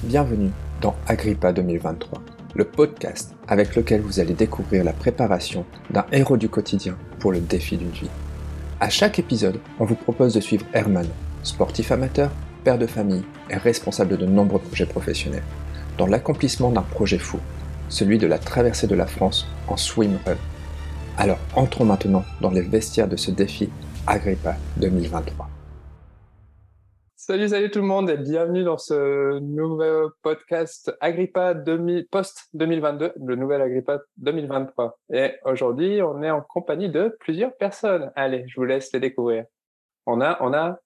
Bienvenue dans Agrippa 2023, le podcast avec lequel vous allez découvrir la préparation d'un héros du quotidien pour le défi d'une vie. À chaque épisode, on vous propose de suivre Herman, sportif amateur, père de famille et responsable de nombreux projets professionnels, dans l'accomplissement d'un projet fou, celui de la traversée de la France en swimrun. Alors entrons maintenant dans les vestiaires de ce défi Agrippa 2023. Salut tout le monde et bienvenue dans ce nouveau podcast Agrippa post-2022, le nouvel Agrippa 2023. Et aujourd'hui, on est en compagnie de plusieurs personnes. Allez, je vous laisse les découvrir. On a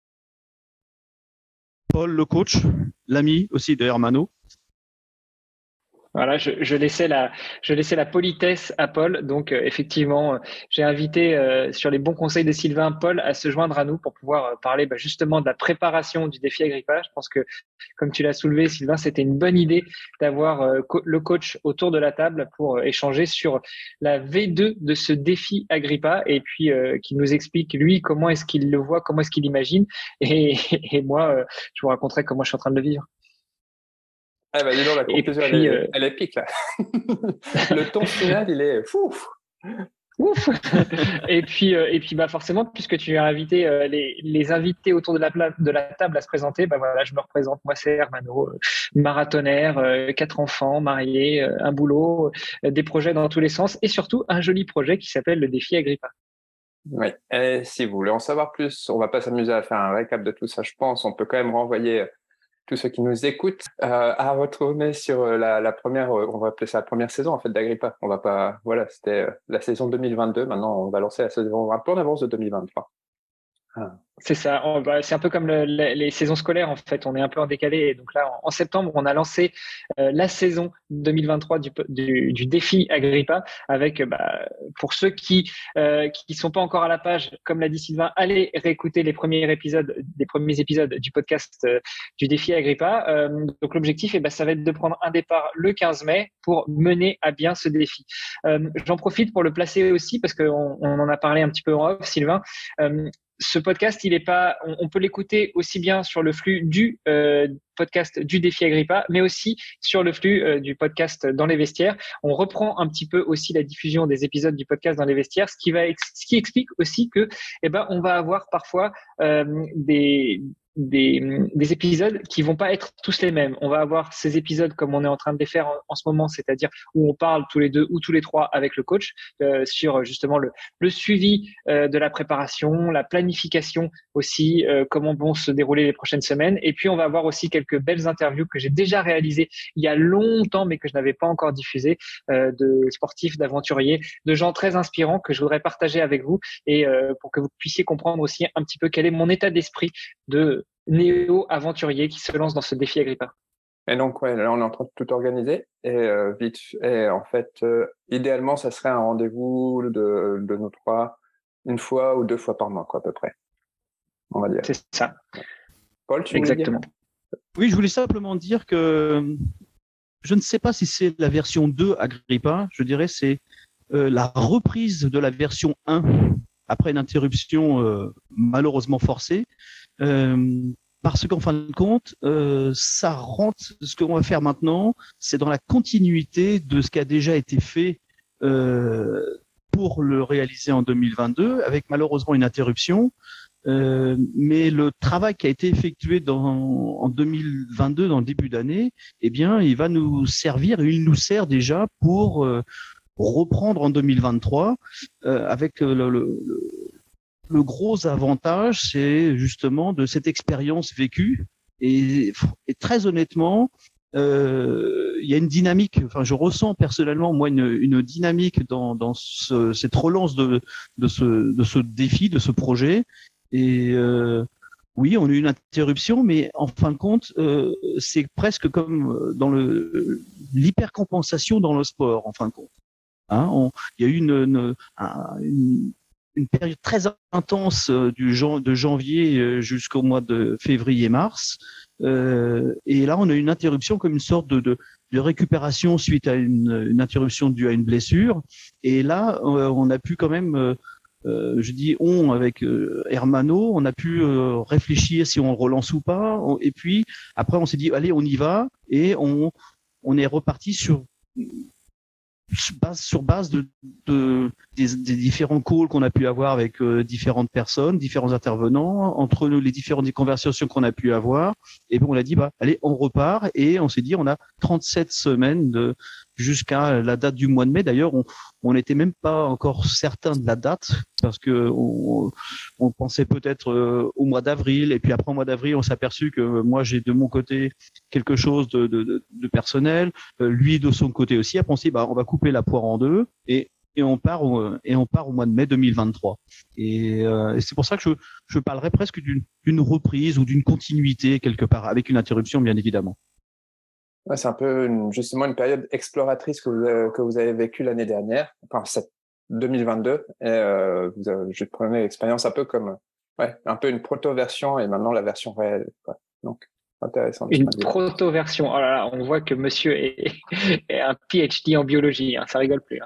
Paul, le coach, l'ami aussi de Hermano. Voilà, je laissais la politesse à Paul. Donc, effectivement, j'ai invité sur les bons conseils de Sylvain, Paul, à se joindre à nous pour pouvoir parler justement de la préparation du défi Agrippa. Je pense que, comme tu l'as soulevé, Sylvain, c'était une bonne idée d'avoir le coach autour de la table pour échanger sur la V2 de ce défi Agrippa et puis qui nous explique, lui, comment est-ce qu'il le voit, comment est-ce qu'il imagine. Et moi, je vous raconterai comment je suis en train de le vivre. Ah bah dis donc, la conclusion, elle est épique là. Le ton final, il est fou. Ouf. Et puis forcément, puisque tu as invité les invités autour de la table à se présenter, voilà, je me représente. Moi, c'est Hermano, marathonnaire, 4 enfants, marié, un boulot, des projets dans tous les sens et surtout un joli projet qui s'appelle le défi Agrippa. Oui, et si vous voulez en savoir plus, on va pas s'amuser à faire un récap de tout ça, je pense. On peut quand même renvoyer tous ceux qui nous écoutent à retrouver sur la première, on va appeler ça la première saison en fait d'Agrippa. On va pas, voilà, c'était la saison 2022. Maintenant, on va lancer la saison un peu en avance de 2023. C'est ça, c'est un peu comme les saisons scolaires en fait, on est un peu en décalé. Et donc là, en septembre, on a lancé la saison 2023 du défi Agrippa avec, pour ceux qui sont pas encore à la page, comme l'a dit Sylvain, allez réécouter les premiers épisodes du podcast du défi Agrippa. Donc l'objectif, ça va être de prendre un départ le 15 mai pour mener à bien ce défi. J'en profite pour le placer aussi parce qu'on en a parlé un petit peu en off, Sylvain. Ce podcast, on peut l'écouter aussi bien sur le flux du podcast du défi Agrippa, mais aussi sur le flux du podcast dans les vestiaires. On reprend un petit peu aussi la diffusion des épisodes du podcast dans les vestiaires, ce qui explique aussi que, on va avoir parfois des épisodes qui vont pas être tous les mêmes. On va avoir ces épisodes comme on est en train de les faire en ce moment, c'est-à-dire où on parle tous les deux ou tous les trois avec le coach sur justement le suivi de la préparation, la planification aussi, comment vont se dérouler les prochaines semaines. Et puis, on va avoir aussi quelques belles interviews que j'ai déjà réalisées il y a longtemps, mais que je n'avais pas encore diffusées, de sportifs, d'aventuriers, de gens très inspirants que je voudrais partager avec vous et pour que vous puissiez comprendre aussi un petit peu quel est mon état d'esprit de néo-aventurier qui se lance dans ce défi Agrippa. Et donc, ouais, là, on est en train de tout organiser. Et vite, et en fait, idéalement, ça serait un rendez-vous de nous trois, une fois ou 2 fois par mois, quoi, à peu près. On va dire. C'est ça. Paul, tu exactement. Oui, je voulais simplement dire que je ne sais pas si c'est la version 2 Agrippa. Je dirais c'est la reprise de la version 1 après une interruption malheureusement forcée. Parce qu'en fin de compte, ça rentre. Ce qu'on va faire maintenant, c'est dans la continuité de ce qui a déjà été fait pour le réaliser en 2022, avec malheureusement une interruption. Mais le travail qui a été effectué en 2022, dans le début d'année, il va nous servir, et il nous sert déjà pour reprendre en 2023 avec le gros avantage, c'est justement de cette expérience vécue et très honnêtement, il y a une dynamique. Enfin, je ressens personnellement moi une dynamique dans cette relance de ce défi, de ce projet. Et oui, on a eu une interruption, mais en fin de compte, c'est presque comme dans l'hypercompensation dans le sport. En fin de compte, il y a eu une période très intense de janvier jusqu'au mois de février-mars. Et là, on a eu une interruption comme une sorte de récupération suite à une interruption due à une blessure. Et là, on a pu quand même je dis on avec Hermano, on a pu réfléchir si on relance ou pas. Et puis après, on s'est dit allez, on y va, et on est reparti sur base des différents calls qu'on a pu avoir avec différentes personnes, différents intervenants, entre nous, les différentes conversations qu'on a pu avoir. Et puis on a dit allez, on repart, et on s'est dit on a 37 semaines jusqu'à la date du mois de mai. D'ailleurs, on n'était même pas encore certain de la date, parce que on pensait peut-être au mois d'avril, et puis après au mois d'avril, on s'est aperçu que moi j'ai de mon côté quelque chose de personnel, lui de son côté aussi. Après on s'est dit on va couper la poire en deux, et on part au mois de mai 2023. Et c'est pour ça que je parlerais presque d'une reprise ou d'une continuité quelque part, avec une interruption bien évidemment. Ouais, c'est un peu justement une période exploratrice que vous avez vécue l'année dernière, enfin 2022. Et je prenais l'expérience un peu comme un peu une proto-version, et maintenant la version réelle. Ouais. Donc intéressant. Une proto-version. Oh là là, on voit que monsieur est un PhD en biologie. Ça rigole plus.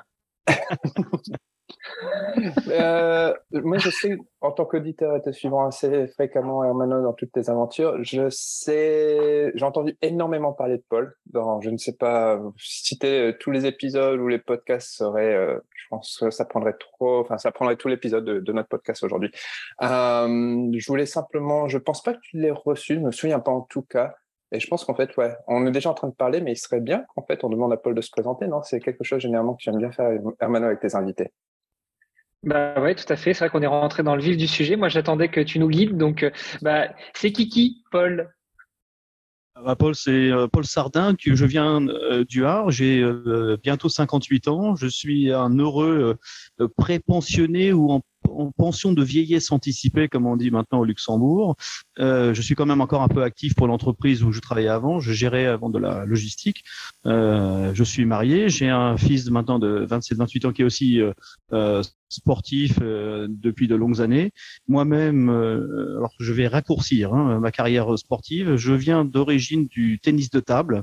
Moi, je sais, en tant qu'auditeur et te suivant assez fréquemment, Hermano, dans toutes tes aventures, j'ai entendu énormément parler de Paul. Je ne sais pas, citer tous les épisodes ou les podcasts je pense que ça prendrait tout l'épisode de notre podcast aujourd'hui. Je voulais simplement, je pense pas que tu l'aies reçu, je me souviens pas en tout cas. Et je pense qu'en fait, on est déjà en train de parler, mais il serait bien qu'en fait, on demande à Paul de se présenter, non? C'est quelque chose généralement que tu aimes bien faire, Hermano, avec tes invités. Ouais, tout à fait. C'est vrai qu'on est rentré dans le vif du sujet. Moi, j'attendais que tu nous guides. Donc, c'est qui, Paul? Paul, c'est Paul Sardin. Je viens du Var. J'ai bientôt 58 ans. Je suis un heureux pré-pensionné ou en pension de vieillesse anticipée, comme on dit maintenant au Luxembourg. Je suis quand même encore un peu actif pour l'entreprise où je travaillais avant. Je gérais avant de la logistique. Je suis marié. J'ai un fils maintenant de 27-28 ans qui est aussi sportif depuis de longues années. Moi-même, alors je vais raccourcir ma carrière sportive. Je viens d'origine du tennis de table.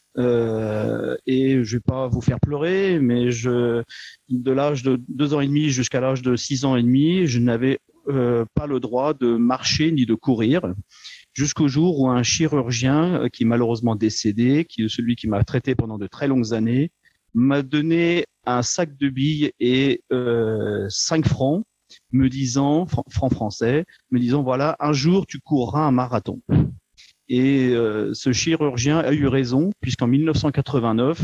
Et je vais pas vous faire pleurer, mais de l'âge de 2 ans et demi jusqu'à l'âge de 6 ans et demi, je n'avais pas le droit de marcher ni de courir, jusqu'au jour où un chirurgien qui est malheureusement décédé, qui est celui qui m'a traité pendant de très longues années, m'a donné un sac de billes et 5 francs, me disant, francs français, me disant voilà, un jour tu courras un marathon. Et ce chirurgien a eu raison, puisqu'en 1989,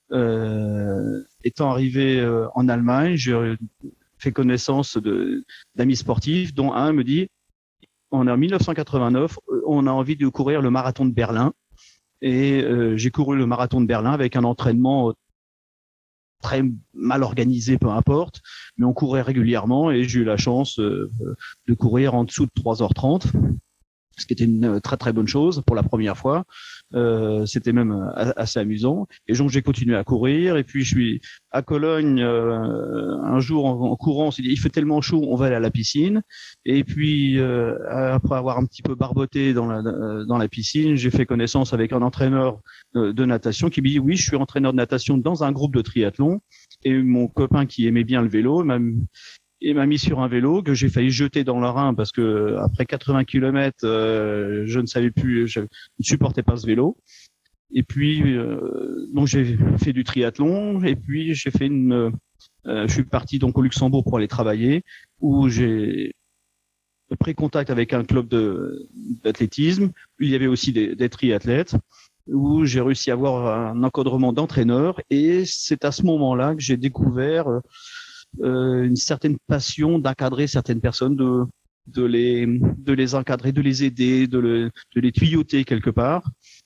étant arrivé en Allemagne, j'ai fait connaissance d'amis sportifs, dont un me dit on est en 1989, on a envie de courir le marathon de Berlin. Et j'ai couru le marathon de Berlin avec un entraînement très mal organisé, peu importe, mais on courait régulièrement, et j'ai eu la chance de courir en dessous de 3h30. Ce qui était une très très bonne chose pour la première fois. C'était même assez amusant. Et donc j'ai continué à courir. Et puis je suis à Cologne un jour en courant. On s'est dit il fait tellement chaud, on va aller à la piscine. Et puis après avoir un petit peu barboté dans la piscine, j'ai fait connaissance avec un entraîneur de natation qui me dit oui, je suis entraîneur de natation dans un groupe de triathlon. Et mon copain qui aimait bien le vélo m'a mis sur un vélo que j'ai failli jeter dans le Rhin parce que après 80 km, je ne savais plus, je ne supportais pas ce vélo. Et puis donc j'ai fait du triathlon, et puis j'ai fait je suis parti donc au Luxembourg pour aller travailler, où j'ai pris contact avec un club d'athlétisme. Il y avait aussi des triathlètes, où j'ai réussi à avoir un encadrement d'entraîneur, et c'est à ce moment-là que j'ai découvert une certaine passion d'encadrer certaines personnes, de les encadrer, de les aider, de les tuyauter quelque part,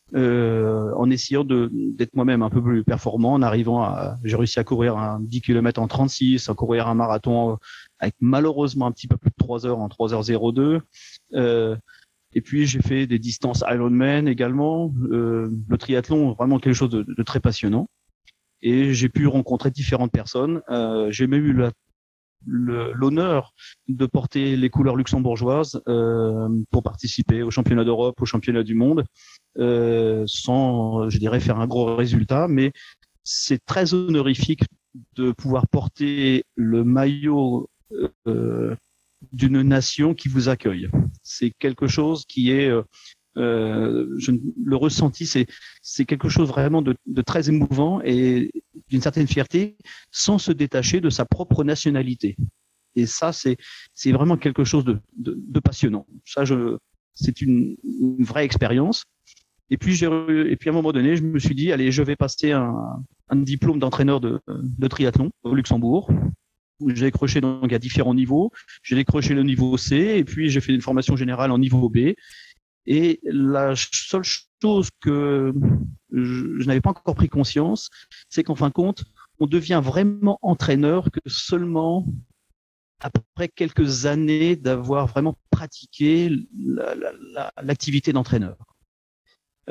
en essayant d'être moi-même un peu plus performant, en arrivant j'ai réussi à courir un 10 km en 36, à courir un marathon avec malheureusement un petit peu plus de 3 heures en 3h02. Et puis j'ai fait des distances Ironman également, le triathlon, vraiment quelque chose de très passionnant. Et j'ai pu rencontrer différentes personnes. J'ai même eu l'honneur de porter les couleurs luxembourgeoises pour participer aux championnats d'Europe, aux championnats du monde, sans, je dirais, faire un gros résultat. Mais c'est très honorifique de pouvoir porter le maillot d'une nation qui vous accueille. C'est quelque chose qui est le ressenti, c'est quelque chose vraiment de très émouvant et d'une certaine fierté, sans se détacher de sa propre nationalité. Et ça, c'est vraiment quelque chose de passionnant. Ça, c'est une vraie expérience. Et puis à un moment donné, je me suis dit, allez, je vais passer un diplôme d'entraîneur de triathlon au Luxembourg. J'ai décroché donc à différents niveaux. J'ai décroché le niveau C et puis j'ai fait une formation générale en niveau B. Et la seule chose que je n'avais pas encore pris conscience, c'est qu'en fin de compte, on devient vraiment entraîneur que seulement après quelques années d'avoir vraiment pratiqué l'activité d'entraîneur. Pourquoi ?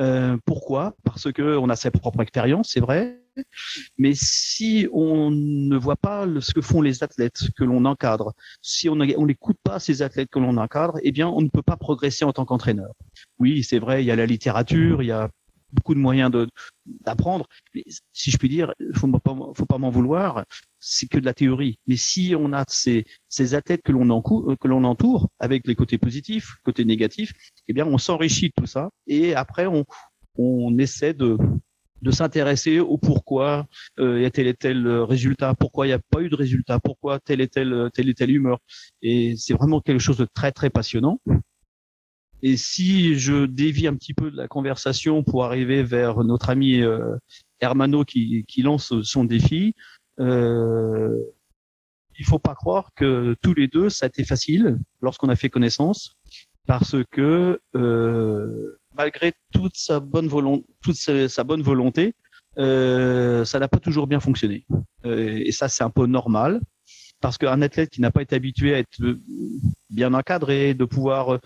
Parce que on a sa propre expérience, c'est vrai. Mais si on ne voit pas ce que font les athlètes que l'on encadre, si on n'écoute pas ces athlètes que l'on encadre, eh bien, on ne peut pas progresser en tant qu'entraîneur. Oui, c'est vrai, il y a la littérature, il y a beaucoup de moyens d'apprendre. Mais si je puis dire, faut pas m'en vouloir, c'est que de la théorie. Mais si on a ces athlètes que l'on entoure, avec les côtés positifs, côtés négatifs, eh bien, on s'enrichit de tout ça. Et après, on essaie de s'intéresser au pourquoi il y a tel et tel résultat, pourquoi il n'y a pas eu de résultat, pourquoi telle et telle humeur. Et c'est vraiment quelque chose de très, très passionnant. Et si je dévie un petit peu de la conversation pour arriver vers notre ami Hermano qui lance son défi, il faut pas croire que tous les deux, ça a été facile lorsqu'on a fait connaissance, parce que malgré toute sa bonne volonté, ça n'a pas toujours bien fonctionné. Et ça, c'est un peu normal, parce qu'un athlète qui n'a pas été habitué à être bien encadré, de pouvoir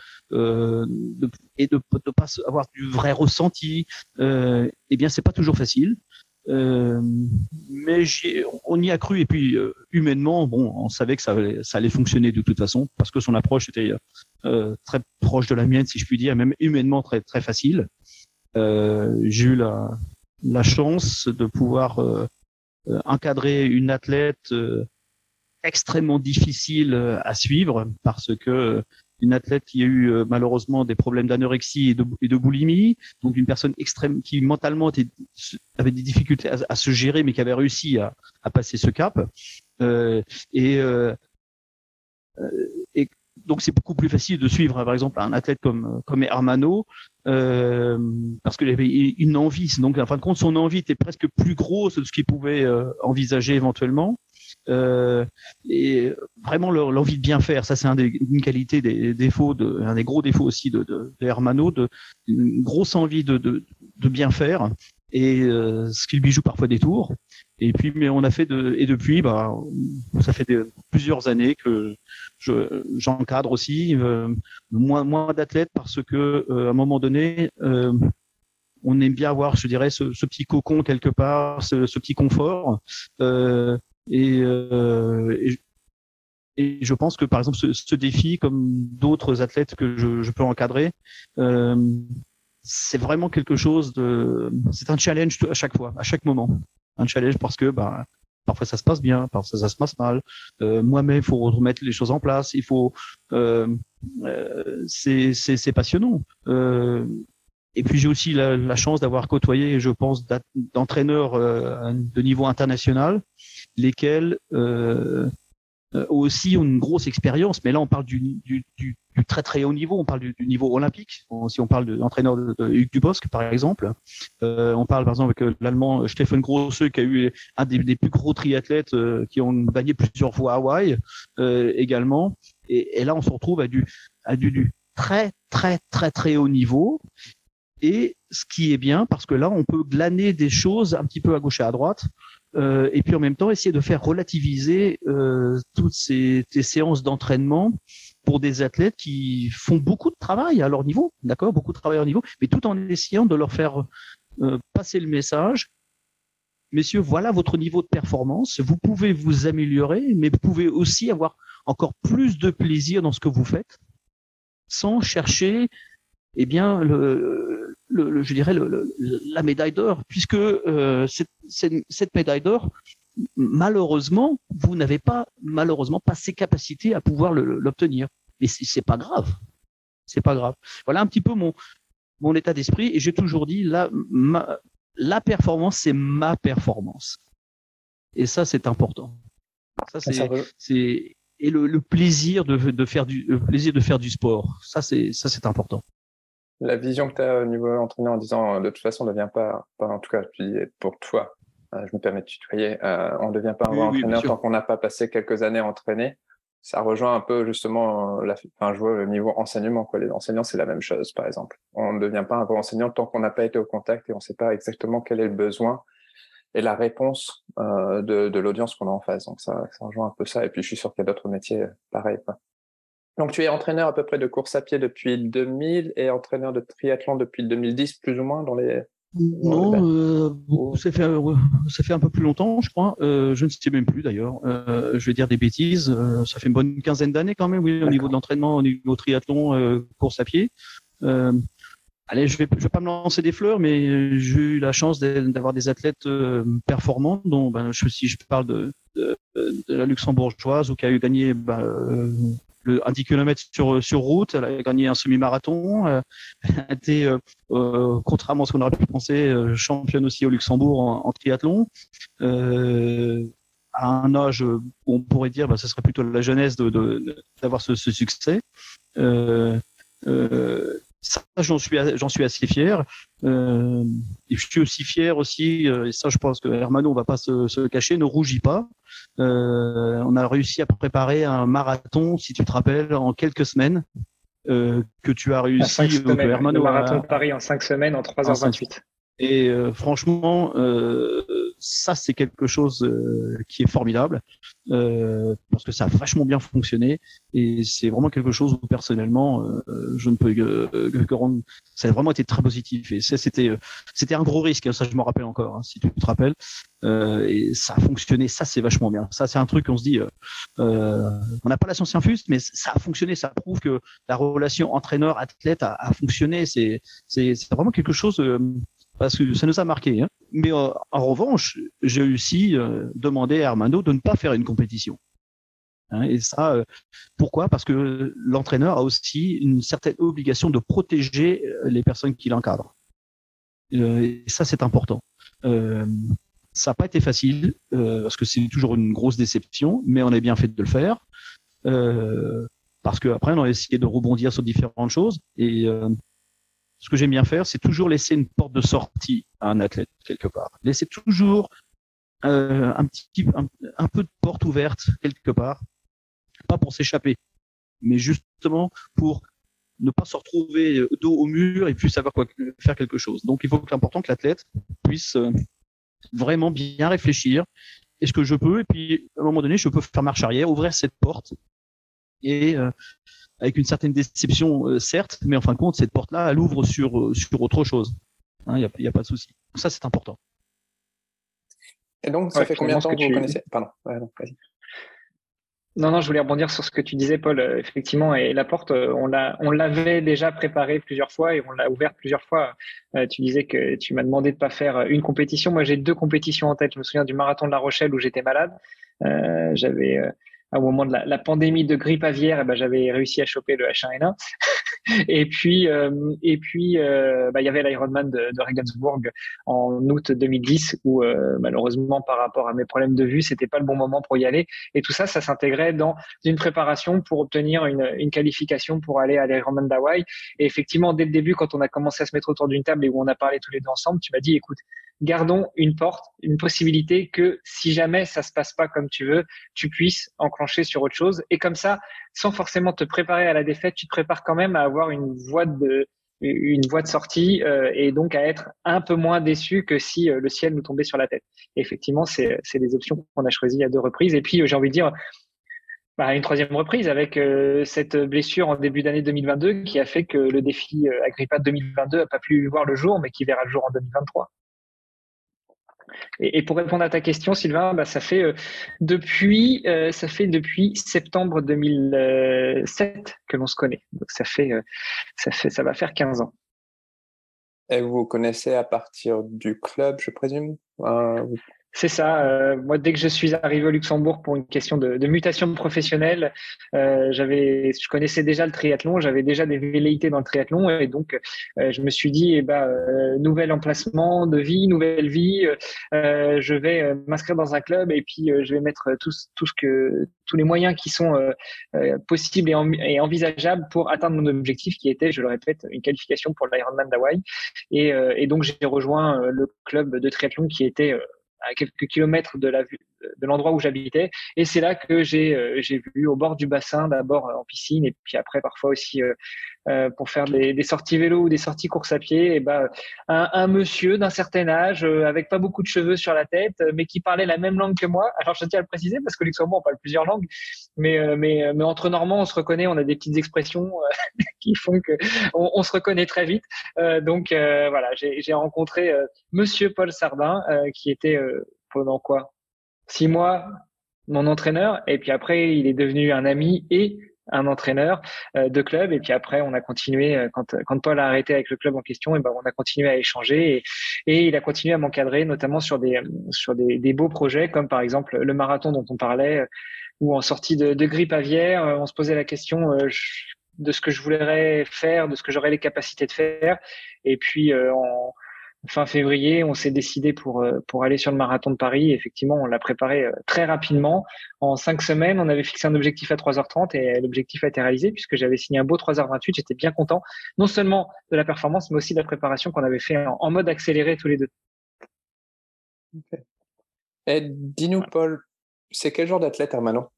et de pas avoir du vrai ressenti, eh bien, c'est pas toujours facile. Mais on y a cru, et puis humainement, bon, on savait que ça allait fonctionner de toute façon, parce que son approche était très proche de la mienne, si je puis dire, même humainement très très facile. J'ai eu la chance de pouvoir encadrer une athlète extrêmement difficile à suivre, parce que une athlète qui a eu malheureusement des problèmes d'anorexie et de boulimie, donc une personne extrême qui mentalement avait des difficultés à se gérer, mais qui avait réussi à passer ce cap. Et donc c'est beaucoup plus facile de suivre, par exemple, un athlète comme Hermano, parce qu'il avait une envie. Donc en fin de compte, son envie était presque plus grosse de ce qu'il pouvait envisager éventuellement. Et vraiment l'envie de bien faire, ça c'est une qualité des défauts, un des gros défauts aussi de Hermano, une grosse envie de bien faire, et ce qui lui joue parfois des tours. Et puis, mais on a fait et depuis, ça fait plusieurs années que j'encadre aussi moins d'athlètes, parce que à un moment donné, on aime bien avoir, je dirais, ce petit cocon quelque part, ce petit confort. Et je pense que, par exemple, ce défi, comme d'autres athlètes que je peux encadrer, c'est vraiment quelque chose c'est un challenge à chaque fois, à chaque moment. Un challenge parce que, parfois ça se passe bien, parfois ça se passe mal. Moi-même, il faut remettre les choses en place. Il faut, c'est passionnant. Et puis j'ai aussi la chance d'avoir côtoyé, je pense, d'entraîneurs de niveau international, lesquels aussi ont une grosse expérience. Mais là, on parle du très très haut niveau, on parle du niveau olympique. Si on parle de l'entraîneur de Hugues Dubosc, par exemple, on parle par exemple avec l'Allemand Stefan Grosse, qui a eu un des plus gros triathlètes qui ont gagné plusieurs fois à Hawaï également. Et là, on se retrouve à du très très très très haut niveau. Et ce qui est bien, parce que là, on peut glaner des choses un petit peu à gauche et à droite, et puis en même temps essayer de faire relativiser toutes ces séances d'entraînement pour des athlètes qui font beaucoup de travail à leur niveau, d'accord, beaucoup de travail à leur niveau, mais tout en essayant de leur faire passer le message. Messieurs, voilà votre niveau de performance, vous pouvez vous améliorer, mais vous pouvez aussi avoir encore plus de plaisir dans ce que vous faites, sans chercher, eh bien, je dirais la médaille d'or, puisque cette médaille d'or, malheureusement, vous n'avez pas ces capacités à pouvoir l'obtenir. Et c'est pas grave. C'est pas grave. Voilà un petit peu mon état d'esprit. Et j'ai toujours dit, la performance, c'est ma performance. Et ça, c'est important. Ça, c'est et le plaisir de faire du sport. Ça, c'est important. La vision que tu as au niveau entraîneur en disant de toute façon, on ne devient pas, en tout cas, je dis pour toi, je me permets de tutoyer, on ne devient pas un bon entraîneur tant qu'on n'a pas passé quelques années à entraîner. Ça rejoint un peu justement, je vois le niveau enseignement, quoi. Les enseignants, c'est la même chose, par exemple. On ne devient pas un bon enseignant tant qu'on n'a pas été au contact et on ne sait pas exactement quel est le besoin et la réponse de l'audience qu'on a en face. Donc ça rejoint un peu ça. Et puis je suis sûr qu'il y a d'autres métiers pareils, quoi. Donc tu es entraîneur à peu près de course à pied depuis 2000 et entraîneur de triathlon depuis 2010, plus ou moins dans les. Non, ça fait un peu plus longtemps, je crois. Je ne sais même plus d'ailleurs. Je vais dire des bêtises. Ça fait une bonne quinzaine d'années quand même, oui, au niveau de l'entraînement, au niveau triathlon, course à pied. Allez, je vais pas me lancer des fleurs, mais j'ai eu la chance d'avoir des athlètes performants, dont si je parle de la luxembourgeoise, ou qui a eu gagné un 10 km sur route, elle a gagné un semi-marathon, elle a été, contrairement à ce qu'on aurait pu penser, championne aussi au Luxembourg en triathlon. À un âge où on pourrait dire, ce serait plutôt la jeunesse d'avoir ce succès. Ça, j'en suis assez fier. Et je suis aussi fier aussi, et ça, je pense que Hermano, on va pas se cacher, ne rougit pas. On a réussi à préparer un marathon, si tu te rappelles, en quelques semaines, que tu as réussi. 5 semaines, Hermano, le marathon de Paris en 5 semaines, en 3h28. Et franchement, ça, c'est quelque chose qui est formidable, parce que ça a vachement bien fonctionné, et c'est vraiment quelque chose où personnellement, je ne peux que rendre. Ça a vraiment été très positif, et c'était un gros risque, ça je me rappelle encore, hein, si tu te rappelles, et ça a fonctionné. Ça, c'est vachement bien. Ça, c'est un truc qu'on se dit, on n'a pas la science infuse, mais ça a fonctionné. Ça prouve que la relation entraîneur-athlète a fonctionné. C'est vraiment quelque chose. Parce que ça nous a marqué. Hein. Mais en revanche, j'ai aussi demandé à Armando de ne pas faire une compétition. Hein, et ça, pourquoi ? Parce que l'entraîneur a aussi une certaine obligation de protéger les personnes qui l'encadrent. Et ça, c'est important. Ça n'a pas été facile, parce que c'est toujours une grosse déception, mais on a bien fait de le faire. Parce qu'après, on a essayé de rebondir sur différentes choses. Et ce que j'aime bien faire, c'est toujours laisser une porte de sortie à un athlète quelque part. Laisser toujours un peu de porte ouverte quelque part, pas pour s'échapper, mais justement pour ne pas se retrouver dos au mur et puis savoir faire quelque chose. Donc il faut que l'important que l'athlète puisse vraiment bien réfléchir. Est-ce que je peux ? Et puis à un moment donné, je peux faire marche arrière, ouvrir cette porte et avec une certaine déception, certes, mais en fin de compte, cette porte-là, elle ouvre sur autre chose. Il n'y a pas de souci. Ça, c'est important. Et donc, ça fait combien de temps que vous connaissez ? Pardon. Vas-y. Non, je voulais rebondir sur ce que tu disais, Paul. Effectivement, et la porte, on l'avait déjà préparée plusieurs fois et on l'a ouverte plusieurs fois. Tu disais que tu m'as demandé de pas faire une compétition. Moi, j'ai 2 compétitions en tête. Je me souviens du marathon de La Rochelle où j'étais malade. J'avais au moment de la pandémie de grippe aviaire, j'avais réussi à choper le H1N1. Et puis, il y avait l'Ironman de Regensburg en août 2010 où malheureusement par rapport à mes problèmes de vue, c'était pas le bon moment pour y aller. Et tout ça, ça s'intégrait dans une préparation pour obtenir une qualification pour aller à l'Ironman d'Hawaï. Et effectivement, dès le début, quand on a commencé à se mettre autour d'une table et où on a parlé tous les deux ensemble, tu m'as dit, écoute, gardons une porte, une possibilité que si jamais ça se passe pas comme tu veux, tu puisses enclencher sur autre chose. Et comme ça, sans forcément te préparer à la défaite, tu te prépares quand même à avoir une voie de sortie et donc à être un peu moins déçu que si le ciel nous tombait sur la tête. Et effectivement, c'est des options qu'on a choisies à 2 reprises. Et puis, j'ai envie de dire, une 3e reprise avec cette blessure en début d'année 2022 qui a fait que le défi Agrippa 2022 n'a pas pu voir le jour, mais qui verra le jour en 2023. Et pour répondre à ta question, Sylvain, ça fait depuis septembre 2007 que l'on se connaît. Donc ça va faire 15 ans. Et vous vous connaissez à partir du club, je présume C'est ça. Moi, dès que je suis arrivé au Luxembourg pour une question de mutation professionnelle, je connaissais déjà le triathlon, j'avais déjà des velléités dans le triathlon, et donc je me suis dit, nouvel emplacement de vie, nouvelle vie. Je vais m'inscrire dans un club et puis je vais mettre tous les moyens qui sont possibles et envisageables pour atteindre mon objectif, qui était, je le répète, une qualification pour l'Ironman d'Hawaï. Et donc j'ai rejoint le club de triathlon qui était à quelques kilomètres de l'endroit où j'habitais. Et c'est là que j'ai vu au bord du bassin, d'abord en piscine, et puis après parfois aussi pour faire des sorties vélo ou des sorties course à pied, et un monsieur d'un certain âge, avec pas beaucoup de cheveux sur la tête, mais qui parlait la même langue que moi. Alors je tiens à le préciser parce que Luxembourg on parle plusieurs langues, mais entre Normands on se reconnaît, on a des petites expressions qui font que on se reconnaît très vite. Voilà, j'ai rencontré Monsieur Paul Sardin, qui était pendant quoi 6 mois mon entraîneur, et puis après il est devenu un ami et un entraîneur de club, et puis après on a continué quand Paul a arrêté avec le club en question, et on a continué à échanger, et il a continué à m'encadrer, notamment sur des beaux projets comme par exemple le marathon dont on parlait, où en sortie de grippe aviaire, on se posait la question de ce que je voudrais faire, de ce que j'aurais les capacités de faire. Et puis en fin février, on s'est décidé pour aller sur le marathon de Paris. Effectivement, on l'a préparé très rapidement. En 5 semaines, on avait fixé un objectif à 3h30 et l'objectif a été réalisé puisque j'avais signé un beau 3h28. J'étais bien content, non seulement de la performance, mais aussi de la préparation qu'on avait fait en mode accéléré tous les deux. Okay. Et dis-nous, Paul, c'est quel genre d'athlète, Hermano?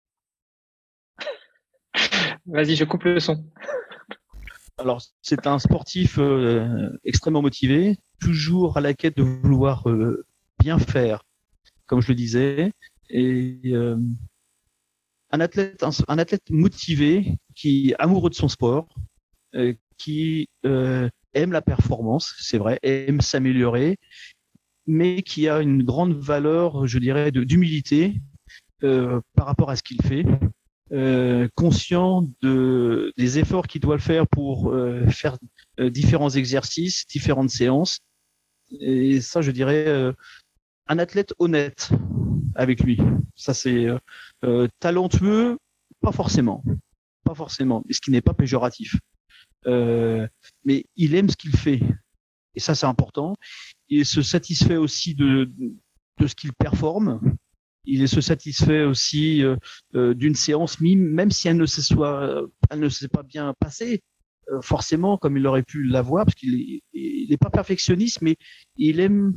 Vas-y, je coupe le son. Alors, c'est un sportif extrêmement motivé, toujours à la quête de vouloir bien faire, comme je le disais, et un athlète motivé, qui est amoureux de son sport, qui aime la performance, c'est vrai, aime s'améliorer, mais qui a une grande valeur, je dirais, d'humilité par rapport à ce qu'il fait. Conscient des efforts qu'il doit faire pour faire différents exercices, différentes séances. Et ça, je dirais, un athlète honnête avec lui. Ça, c'est talentueux, pas forcément, mais ce qui n'est pas péjoratif. Mais il aime ce qu'il fait. Et ça, c'est important. Il se satisfait aussi de ce qu'il performe. Il se satisfait aussi d'une séance même si elle ne s'est pas bien passée, forcément, comme il aurait pu l'avoir, parce qu'il n'est pas perfectionniste, mais il aime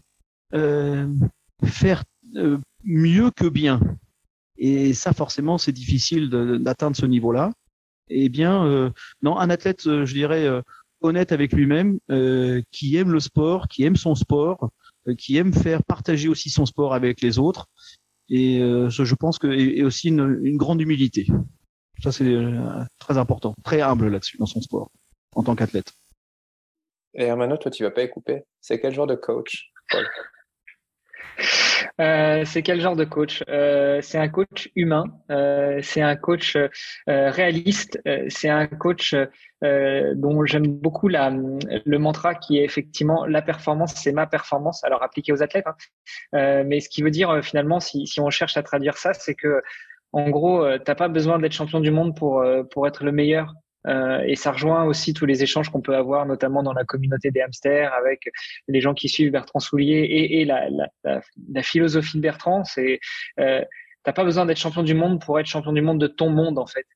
faire mieux que bien. Et ça, forcément, c'est difficile d'atteindre ce niveau-là. Eh bien, non, un athlète, je dirais, honnête avec lui-même, qui aime le sport, qui aime son sport, qui aime faire partager aussi son sport avec les autres. Et je pense que et aussi une grande humilité. Ça, c'est très important, très humble là-dessus dans son sport en tant qu'athlète. Et Hermano, toi, tu vas pas y couper. C'est quel genre de coach, Paul? C'est quel genre de coach? C'est un coach humain, c'est un coach réaliste, c'est un coach dont j'aime beaucoup le mantra qui est effectivement la performance, c'est ma performance, alors appliqué aux athlètes, hein. Mais ce qui veut dire finalement, si on cherche à traduire ça, c'est que en gros, t'as pas besoin d'être champion du monde pour être le meilleur. Et ça rejoint aussi tous les échanges qu'on peut avoir, notamment dans la communauté des hamsters, avec les gens qui suivent Bertrand Soulier et la philosophie de Bertrand. C'est t'as pas besoin d'être champion du monde pour être champion du monde de ton monde, en fait.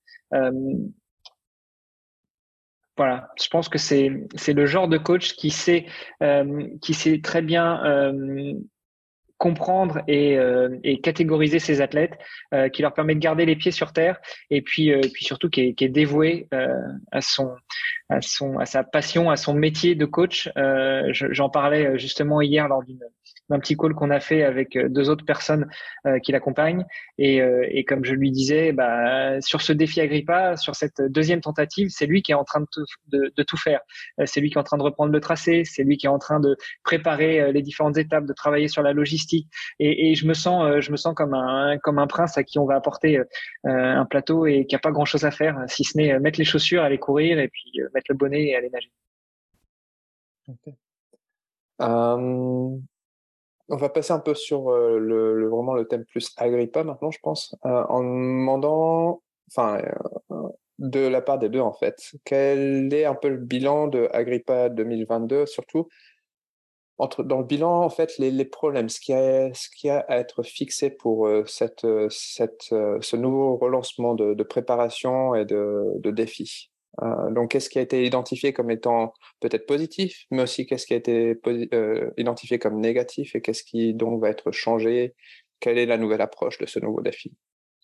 Voilà, je pense que c'est le genre de coach qui sait très bien comprendre et catégoriser ses athlètes, qui leur permet de garder les pieds sur terre, et puis surtout qui est dévoué à sa passion, à son métier de coach. J'en parlais justement hier lors d'un petit call qu'on a fait avec 2 autres personnes qui l'accompagnent, et comme je lui disais, sur ce défi Agrippa, sur cette deuxième tentative, c'est lui qui est en train de tout faire. C'est lui qui est en train de reprendre le tracé, c'est lui qui est en train de préparer les différentes étapes, de travailler sur la logistique, et je me sens comme un prince à qui on va apporter un plateau et qui a pas grand chose à faire, si ce n'est mettre les chaussures, aller courir, et puis mettre le bonnet et aller nager. Okay. On va passer un peu sur vraiment le thème plus Agrippa maintenant, je pense, en demandant, enfin, de la part des deux en fait, quel est un peu le bilan de Agrippa 2022, surtout dans le bilan en fait les problèmes, ce qui a à être fixé pour ce nouveau relancement de préparation et de défi. Donc, qu'est-ce qui a été identifié comme étant peut-être positif, mais aussi qu'est-ce qui a été identifié comme négatif et qu'est-ce qui donc va être changé? Quelle est la nouvelle approche de ce nouveau défi?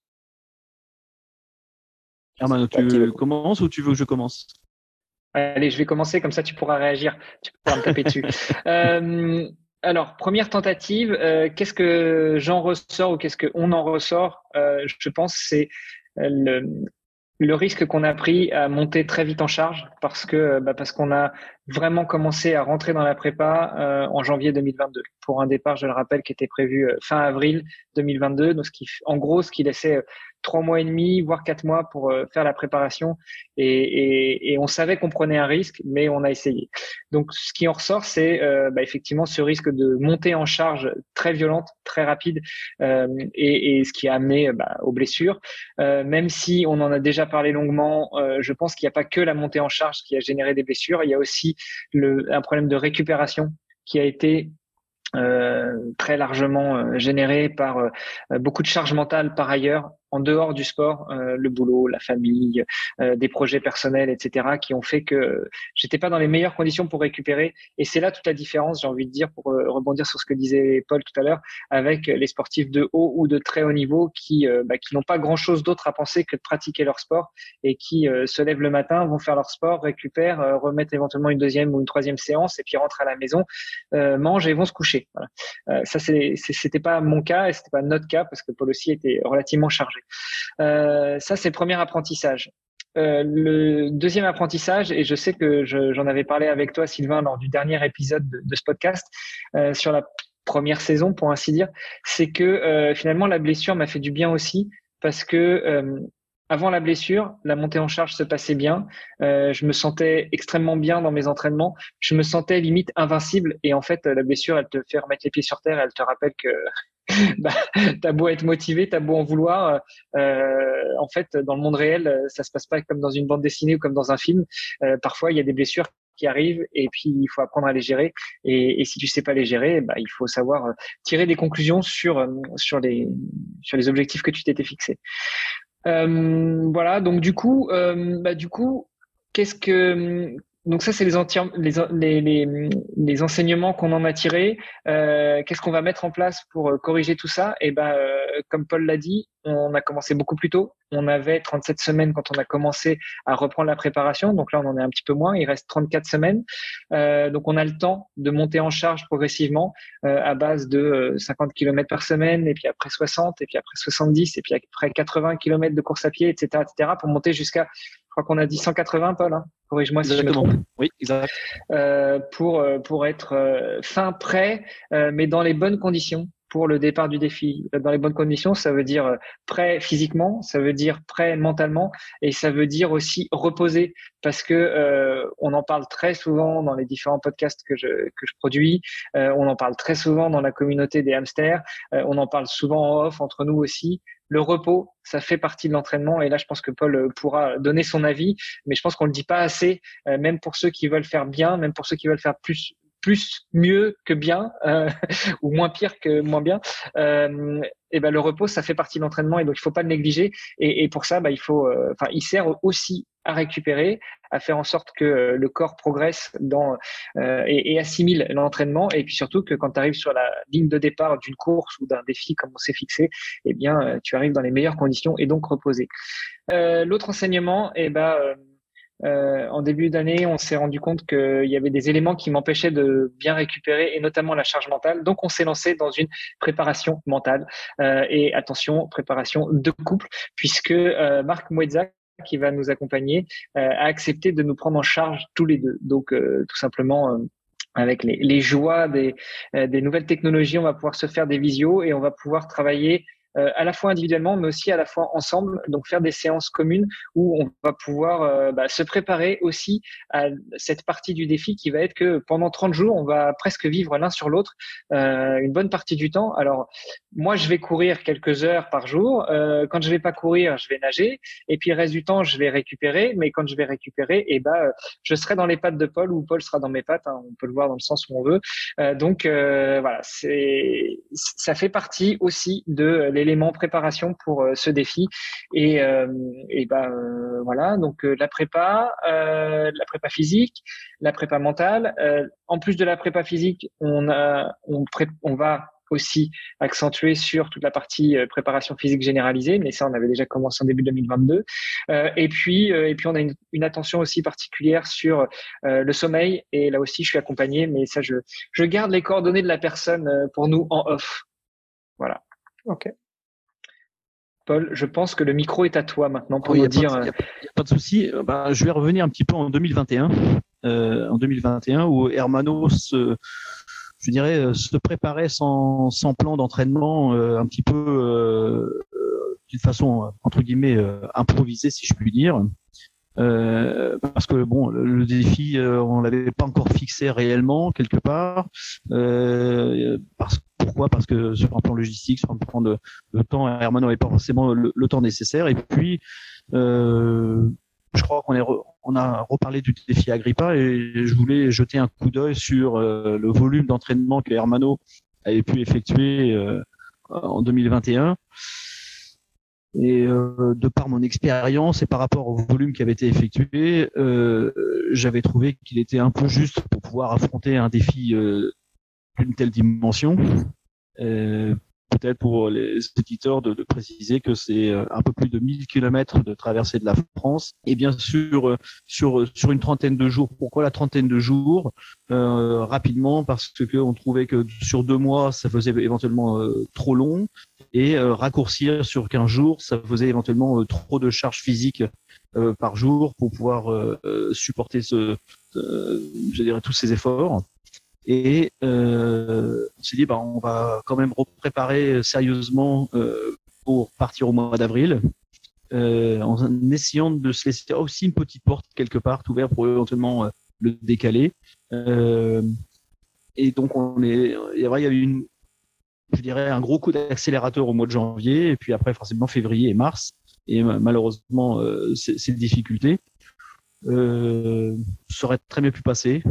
Herman, À qui tu commences ou tu veux que je commence? Allez, je vais commencer, comme ça tu pourras réagir, tu pourras me taper dessus. Alors, première tentative, qu'est-ce que j'en ressors ou qu'est-ce qu'on en ressort? Je pense que c'est le, le risque qu'on a pris à monter très vite en charge parce qu'on a vraiment commencé à rentrer dans la prépa en janvier 2022 pour un départ, je le rappelle, qui était prévu fin avril 2022, donc ce qui laissait 3 mois et demi, voire 4 mois pour faire la préparation et on savait qu'on prenait un risque, mais on a essayé. Donc ce qui en ressort, c'est effectivement ce risque de montée en charge très violente, très rapide et ce qui a amené aux blessures. Même si on en a déjà parlé longuement, je pense qu'il n'y a pas que la montée en charge qui a généré des blessures, il y a aussi un problème de récupération qui a été très largement généré par beaucoup de charge mentale par ailleurs en dehors du sport, le boulot, la famille, des projets personnels, etc., qui ont fait que j'étais pas dans les meilleures conditions pour récupérer. Et c'est là toute la différence, j'ai envie de dire, pour rebondir sur ce que disait Paul tout à l'heure, avec les sportifs de haut ou de très haut niveau qui n'ont pas grand-chose d'autre à penser que de pratiquer leur sport et qui se lèvent le matin, vont faire leur sport, récupèrent, remettent éventuellement une deuxième ou une troisième séance et puis rentrent à la maison, mangent et vont se coucher. Voilà. Ça, c'était pas mon cas et c'était pas notre cas parce que Paul aussi était relativement chargé. Ça, c'est le premier apprentissage. Le deuxième apprentissage, et je sais que j'en avais parlé avec toi, Sylvain, lors du dernier épisode de ce podcast, sur la première saison, pour ainsi dire, c'est que finalement, la blessure m'a fait du bien aussi parce que avant la blessure, la montée en charge se passait bien. Je me sentais extrêmement bien dans mes entraînements. Je me sentais limite invincible. Et en fait, la blessure, elle te fait remettre les pieds sur terre. Elle te rappelle que t'as beau être motivé, t'as beau en vouloir. En fait, dans le monde réel, ça se passe pas comme dans une bande dessinée ou comme dans un film. Parfois, il y a des blessures qui arrivent et puis il faut apprendre à les gérer. Et si tu sais pas les gérer, il faut savoir tirer des conclusions sur les objectifs que tu t'étais fixés. Voilà, donc du coup, qu'est-ce que donc ça c'est les enseignements qu'on en a tirés. Qu'est-ce qu'on va mettre en place pour corriger tout ça? Et comme Paul l'a dit, on a commencé beaucoup plus tôt. On avait 37 semaines quand on a commencé à reprendre la préparation. Donc là, on en est un petit peu moins. Il reste 34 semaines. Donc on a le temps de monter en charge progressivement à base de 50 km par semaine, et puis après 60, et puis après 70, et puis après 80 km de course à pied, etc., pour monter jusqu'à, je crois qu'on a dit 180, Paul, hein, corrige-moi si je me trompe. Oui, exact. Pour être fin prêt, mais dans les bonnes conditions pour le départ du défi. Dans les bonnes conditions, ça veut dire prêt physiquement, ça veut dire prêt mentalement, et ça veut dire aussi reposer, parce que on en parle très souvent dans les différents podcasts que je produis, on en parle très souvent dans la communauté des hamsters, on en parle souvent en off entre nous aussi. Le repos, ça fait partie de l'entraînement, et là, je pense que Paul pourra donner son avis, mais je pense qu'on le dit pas assez, même pour ceux qui veulent faire bien, même pour ceux qui veulent faire plus mieux que bien ou moins pire que moins bien. Le repos, ça fait partie de l'entraînement, et donc il faut pas le négliger. Et pour ça, il sert aussi à récupérer, à faire en sorte que le corps progresse et assimile l'entraînement, et puis surtout que quand tu arrives sur la ligne de départ d'une course ou d'un défi comme on s'est fixé, tu arrives dans les meilleures conditions et donc reposé. L'autre enseignement, en début d'année, on s'est rendu compte qu'il y avait des éléments qui m'empêchaient de bien récupérer, et notamment la charge mentale. Donc, on s'est lancé dans une préparation mentale. Et attention, préparation de couple, puisque Marc Mouedza, qui va nous accompagner, a accepté de nous prendre en charge tous les deux. Donc, tout simplement, avec les joies des nouvelles technologies, on va pouvoir se faire des visios et on va pouvoir travailler à la fois individuellement, mais aussi à la fois ensemble. Donc faire des séances communes où on va pouvoir se préparer aussi à cette partie du défi qui va être que pendant 30 jours, on va presque vivre l'un sur l'autre une bonne partie du temps. Alors, moi, je vais courir quelques heures par jour. Quand je vais pas courir, je vais nager. Et puis, le reste du temps, je vais récupérer. Mais quand je vais récupérer, je serai dans les pattes de Paul ou Paul sera dans mes pattes. On peut le voir dans le sens où on veut. Voilà, ça fait partie aussi de l'élément préparation pour ce défi. Voilà. Donc, la prépa physique, la prépa mentale. En plus de la prépa physique, on va aussi accentuer sur toute la partie préparation physique généralisée, mais ça, on avait déjà commencé en début 2022. Et puis, on a une attention aussi particulière sur le sommeil. Et là aussi, je suis accompagné, mais ça, je garde les coordonnées de la personne pour nous en off. Voilà. Ok. Paul, je pense que le micro est à toi maintenant pour nous dire. Il n'y a pas de souci. Je vais revenir un petit peu en 2021. En 2021, où Hermanos, je dirais, se préparait sans plan d'entraînement, un petit peu d'une façon entre guillemets improvisée, si je puis dire. Parce que bon, le défi, on l'avait pas encore fixé réellement quelque part. Pourquoi ? Parce que sur un plan logistique, sur un plan de temps, Hermano n'avait pas forcément le temps nécessaire. Et puis, je crois qu'on a reparlé du défi Agrippa et je voulais jeter un coup d'œil sur le volume d'entraînement que Hermano avait pu effectuer en 2021. Et de par mon expérience et par rapport au volume qui avait été effectué, j'avais trouvé qu'il était un peu juste pour pouvoir affronter un défi d'une telle dimension. Peut-être pour les auditeurs de préciser que c'est un peu plus de 1000 km de traversée de la France. Et bien sûr, sur une trentaine de jours. Pourquoi la trentaine de jours ? Rapidement, parce que on trouvait que sur 2 mois, ça faisait éventuellement trop long. Et raccourcir sur 15 jours, ça faisait éventuellement trop de charges physiques par jour pour pouvoir supporter je dirais, tous ces efforts. Et on s'est dit, on va quand même préparer sérieusement pour partir au mois d'avril, en essayant de se laisser aussi une petite porte quelque part ouverte pour éventuellement le décaler. Et donc il y a eu un gros coup d'accélérateur au mois de janvier, et puis après forcément février et mars, et malheureusement ces difficultés seraient très bien pu passer.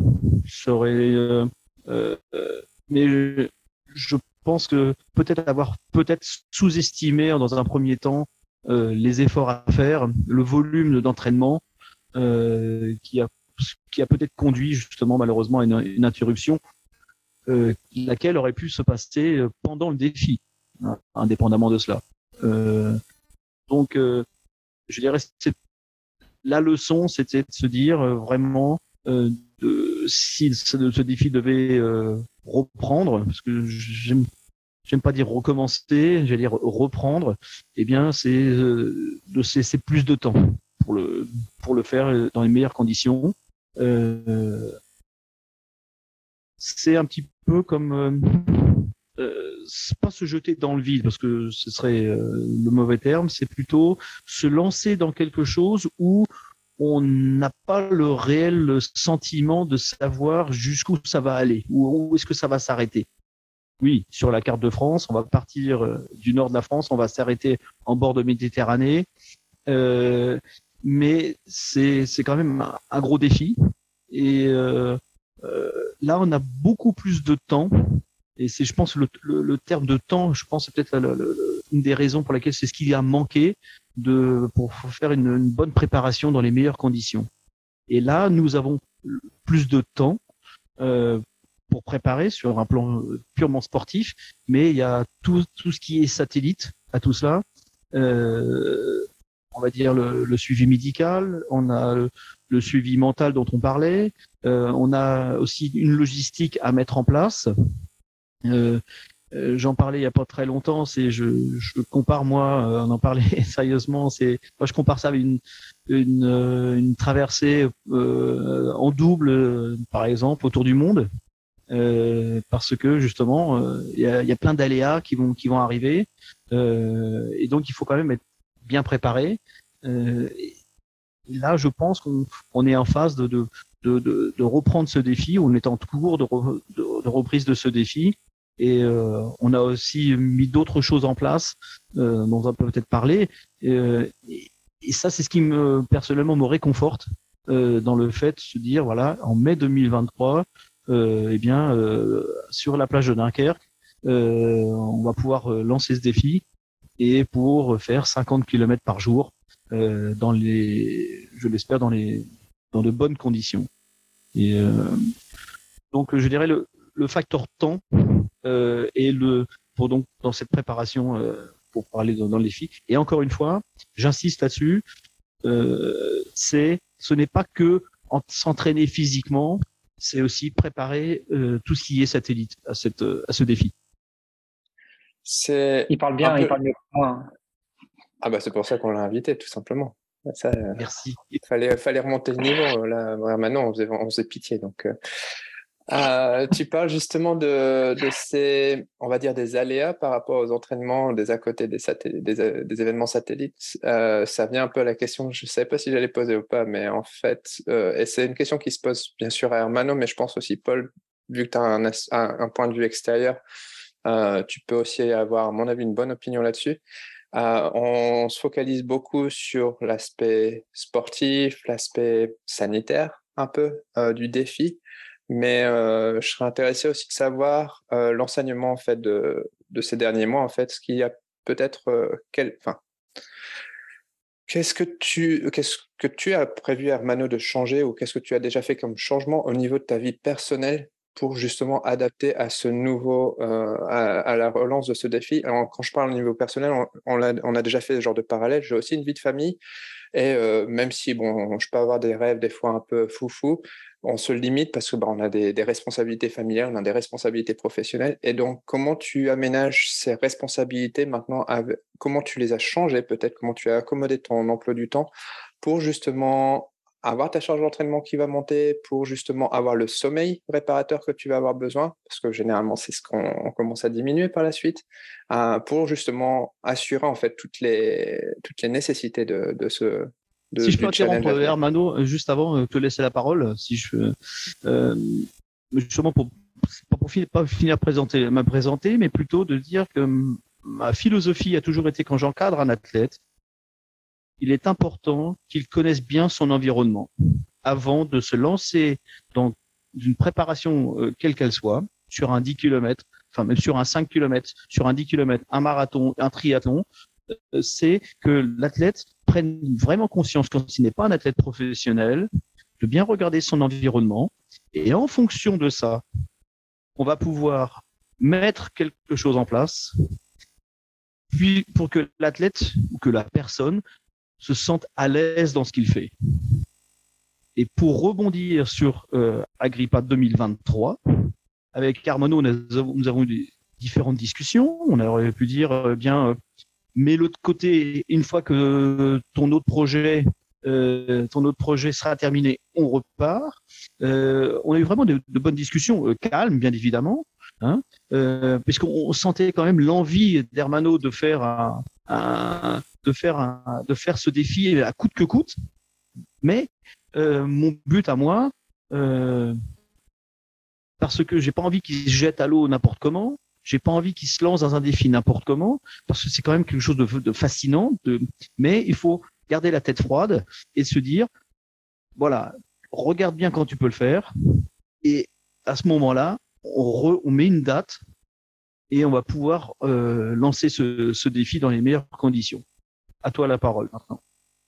Mais je pense que avoir sous-estimé dans un premier temps les efforts à faire, le volume d'entraînement qui a peut-être conduit justement malheureusement à une interruption, laquelle aurait pu se passer pendant le défi, hein, indépendamment de cela. Donc, je dirais, la leçon, c'était de se dire vraiment si ce défi devait reprendre, parce que j'aime pas dire recommencer, j'allais dire reprendre, eh bien c'est de cesser plus de temps pour le faire dans les meilleures conditions. C'est un petit peu comme c'est pas se jeter dans le vide, parce que ce serait le mauvais terme, c'est plutôt se lancer dans quelque chose où on n'a pas le réel sentiment de savoir jusqu'où ça va aller, où est-ce que ça va s'arrêter. Oui, sur la carte de France, on va partir du nord de la France, on va s'arrêter en bord de Méditerranée, mais c'est quand même un gros défi. Et là, on a beaucoup plus de temps. Et c'est, je pense, le terme de temps, je pense, c'est peut-être une des raisons pour laquelle c'est ce qui a manqué pour faire une bonne préparation dans les meilleures conditions. Et là, nous avons plus de temps pour préparer sur un plan purement sportif, mais il y a tout ce qui est satellite à tout cela. On va dire le suivi médical, on a le suivi mental dont on parlait, on a aussi une logistique à mettre en place. J'en parlais il y a pas très longtemps, je compare moi, on en parlait sérieusement, moi je compare ça avec une traversée en double, par exemple, autour du monde. parce que justement, il y a plein d'aléas qui vont arriver, et donc il faut quand même être bien préparé. Et là, je pense qu'on est en phase de reprendre ce défi. On est en cours de reprise de ce défi. Et on a aussi mis d'autres choses en place dont on va peut-être parler. Et ça, c'est ce qui personnellement me réconforte dans le fait de se dire, voilà, en mai 2023, sur la plage de Dunkerque, on va pouvoir lancer ce défi et pour faire 50 km par jour je l'espère, dans de bonnes conditions. Et donc, je dirais le facteur temps et donc dans cette préparation pour parler dans le défi. Et encore une fois, j'insiste là-dessus, ce n'est pas que s'entraîner physiquement, c'est aussi préparer tout ce qui est satellite à ce défi. Il parle bien, il parle mieux que moi. Ah bah c'est pour ça qu'on l'a invité, tout simplement. Ça, merci. Il fallait remonter le niveau. Là, maintenant, on faisait pitié. Donc, tu parles justement de ces, on va dire, des aléas par rapport aux entraînements des à côté des événements satellites. Ça vient un peu à la question, je ne savais pas si j'allais poser ou pas, mais en fait, et c'est une question qui se pose bien sûr à Hermano, mais je pense aussi, Paul, vu que tu as un point de vue extérieur, tu peux aussi avoir, à mon avis, une bonne opinion là-dessus. On se focalise beaucoup sur l'aspect sportif, l'aspect sanitaire un peu du défi, mais je serais intéressé aussi de savoir l'enseignement en fait de ces derniers mois, en fait, ce qu'il y a peut-être qu'est-ce que tu as prévu, Hermano, de changer, ou qu'est-ce que tu as déjà fait comme changement au niveau de ta vie personnelle pour justement adapter à ce nouveau, à la relance de ce défi. Alors, quand je parle au niveau personnel, on a déjà fait ce genre de parallèle. J'ai aussi une vie de famille et même si bon, je peux avoir des rêves des fois un peu foufou, on se limite parce que on a des responsabilités familiales, on a des responsabilités professionnelles. Et donc, comment tu aménages ces responsabilités maintenant, comment tu les as changées peut-être, comment tu as accommodé ton emploi du temps pour justement avoir ta charge d'entraînement qui va monter, pour justement avoir le sommeil réparateur que tu vas avoir besoin, parce que généralement c'est ce qu'on commence à diminuer par la suite, pour justement assurer en fait toutes les nécessités de ce si je peux du challenge interrompre Hermano juste avant de te laisser la parole, justement pas finir me présenter, mais plutôt de dire que ma philosophie a toujours été, quand j'encadre un athlète, il est important qu'il connaisse bien son environnement avant de se lancer dans une préparation quelle qu'elle soit, sur un 10 km, enfin même sur un 5 km, sur un 10 km, un marathon, un triathlon, c'est que l'athlète prenne vraiment conscience, quand il n'est pas un athlète professionnel, de bien regarder son environnement, et en fonction de ça, on va pouvoir mettre quelque chose en place, puis pour que l'athlète ou que la personne se sente à l'aise dans ce qu'il fait. Et pour rebondir sur Agrippa 2023, avec Hermano, nous avons eu différentes discussions. On aurait pu dire, mais l'autre côté, une fois que ton autre projet sera terminé, on repart. On a eu vraiment de bonnes discussions, calmes, bien évidemment, hein, puisqu'on sentait quand même l'envie d'Hermano de faire ce défi à coûte que coûte. Mais mon but à moi, parce que j'ai pas envie qu'il se jette à l'eau n'importe comment, j'ai pas envie qu'il se lance dans un défi n'importe comment, parce que c'est quand même quelque chose de fascinant. Mais il faut garder la tête froide et se dire, voilà, regarde bien quand tu peux le faire, et à ce moment-là, on met une date et on va pouvoir lancer ce défi dans les meilleures conditions. À toi la parole maintenant.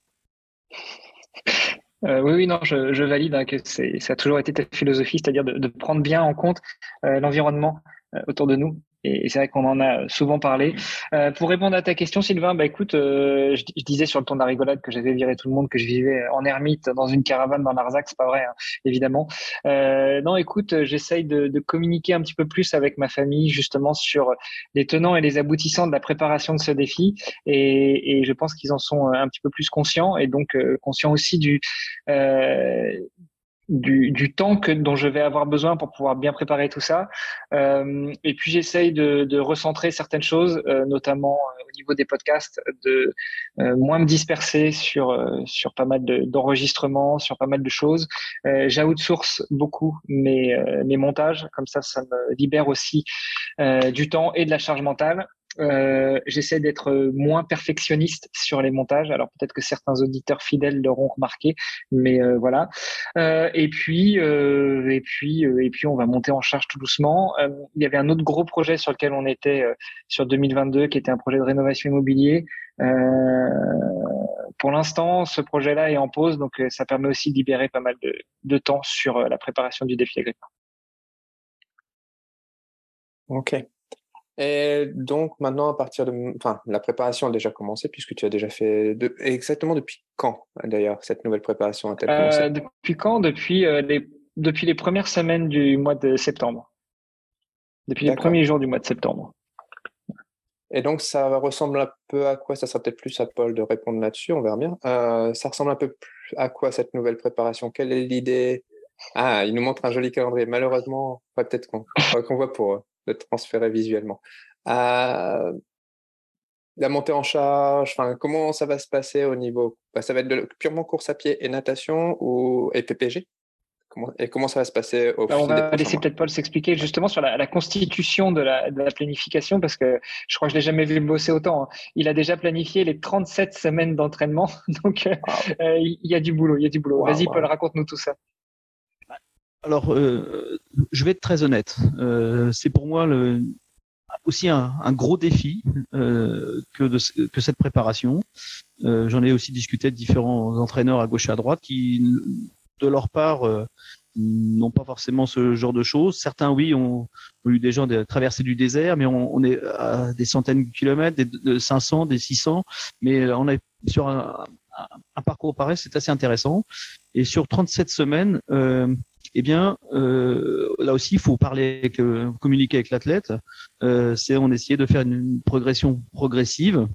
Oui, non, je valide que ça a toujours été ta philosophie, c'est-à-dire de prendre bien en compte l'environnement autour de nous. Et c'est vrai qu'on en a souvent parlé. Pour répondre à ta question, Sylvain, écoute, je disais sur le ton de la rigolade que j'avais viré tout le monde, que je vivais en ermite dans une caravane dans l'Arzac. C'est pas vrai, hein, évidemment. Non, écoute, j'essaye de communiquer un petit peu plus avec ma famille, justement, sur les tenants et les aboutissants de la préparation de ce défi. Et je pense qu'ils en sont un petit peu plus conscients, et donc conscients aussi du temps dont je vais avoir besoin pour pouvoir bien préparer tout ça. Et puis j'essaye de recentrer certaines choses, notamment au niveau des podcasts, de moins me disperser sur pas mal d'enregistrements, sur pas mal de choses. J'outsource beaucoup mes montages, comme ça me libère aussi du temps et de la charge mentale. J'essaie d'être moins perfectionniste sur les montages. Alors peut-être que certains auditeurs fidèles l'auront remarqué, mais voilà. Et puis, on va monter en charge tout doucement. Il y avait un autre gros projet sur lequel on était sur 2022, qui était un projet de rénovation immobilier. Pour l'instant, ce projet-là est en pause, donc ça permet aussi de libérer pas mal de temps sur la préparation du défi Agrippa. Ok. Et donc maintenant, à partir de, la préparation a déjà commencé puisque tu as déjà fait exactement depuis quand d'ailleurs cette nouvelle préparation a-t-elle commencé? Depuis quand? Depuis les premières semaines du mois de septembre. Depuis les premiers jours du mois de septembre. Et donc ça ressemble un peu à quoi? Ça sera peut-être plus à Paul de répondre là-dessus, on verra bien. Ça ressemble un peu à quoi cette nouvelle préparation? Quelle est l'idée? Ah, il nous montre un joli calendrier. Malheureusement, peut-être qu'on voit pour le transférer visuellement. La montée en charge, comment ça va se passer au niveau? Ça va être purement course à pied et natation et PPG? Comment ça va se passer au fil des prochains mois? On va laisser peut-être Paul s'expliquer justement sur la constitution de la planification, parce que je crois que je l'ai jamais vu bosser autant. Il a déjà planifié les 37 semaines d'entraînement, donc il y a du boulot. Vas-y Paul, raconte-nous tout ça. Alors, je vais être très honnête. C'est pour moi aussi un gros défi que cette préparation. J'en ai aussi discuté avec différents entraîneurs à gauche et à droite qui, de leur part, n'ont pas forcément ce genre de choses. Certains, oui, ont eu des gens traverser du désert, mais on est à des centaines de kilomètres, des 500, des 600, mais on est sur un parcours pareil, c'est assez intéressant. Et sur 37 semaines, là aussi, il faut communiquer avec l'athlète. On essayait de faire une progression progressive.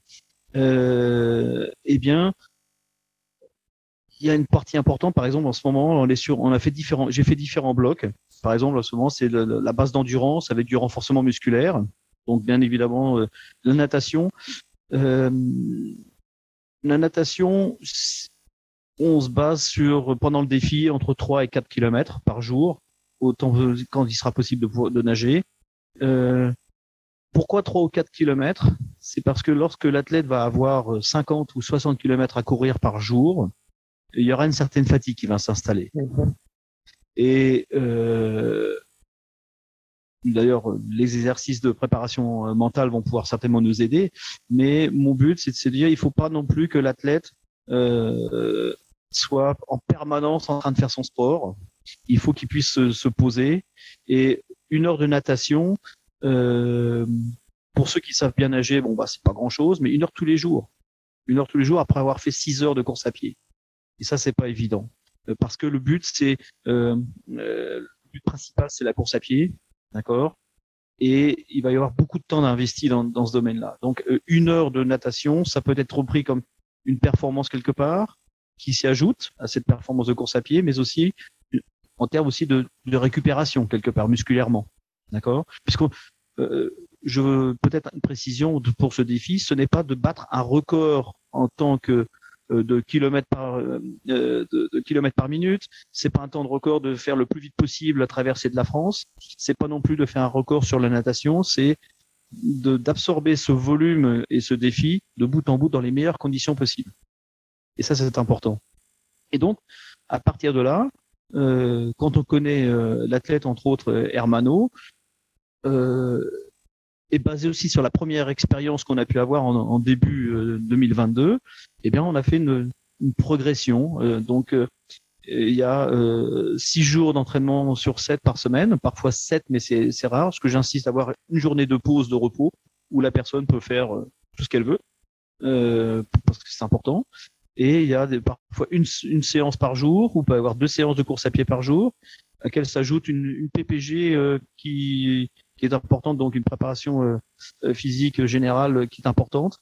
Il y a une partie importante, par exemple, en ce moment, j'ai fait différents blocs. Par exemple, en ce moment, c'est la base d'endurance avec du renforcement musculaire. Donc, bien évidemment, la natation. La natation, on se base pendant le défi, entre 3 et 4 kilomètres par jour, autant quand il sera possible de nager. Pourquoi 3 ou 4 kilomètres? C'est parce que lorsque l'athlète va avoir 50 ou 60 kilomètres à courir par jour, il y aura une certaine fatigue qui va s'installer. Et d'ailleurs, les exercices de préparation mentale vont pouvoir certainement nous aider, mais mon but, c'est de se dire, il faut pas non plus que l'athlète soit en permanence en train de faire son sport. Il faut qu'il puisse se poser. Et 1 heure de natation, pour ceux qui savent bien nager, c'est pas grand-chose, mais 1 heure tous les jours. 1 heure tous les jours après avoir fait 6 heures de course à pied. Et ça, c'est pas évident. Parce que le but, le but principal, c'est la course à pied. D'accord? Et il va y avoir beaucoup de temps d'investi dans ce domaine-là. Donc, 1 heure de natation, ça peut être repris comme une performance quelque part, qui s'y ajoute à cette performance de course à pied, mais aussi en termes aussi de récupération quelque part, musculairement. D'accord? Puisque je veux peut-être une précision pour ce défi, ce n'est pas de battre un record en tant que de kilomètres par minute. C'est pas un temps de record de faire le plus vite possible la traversée de la France. C'est pas non plus de faire un record sur la natation. C'est d'absorber ce volume et ce défi de bout en bout dans les meilleures conditions possibles. Et ça, c'est important. Et donc, à partir de là, quand on connaît l'athlète, entre autres Hermano, et basé aussi sur la première expérience qu'on a pu avoir en début 2022, on a fait une progression. Il y a 6 jours d'entraînement sur 7 par semaine, parfois 7, mais c'est rare, parce que j'insiste à avoir une journée de pause, de repos, où la personne peut faire tout ce qu'elle veut, parce que c'est important. Et il y a parfois une séance par jour, ou peut y avoir 2 séances de course à pied par jour, à laquelle s'ajoute une PPG qui est importante, donc une préparation physique générale qui est importante.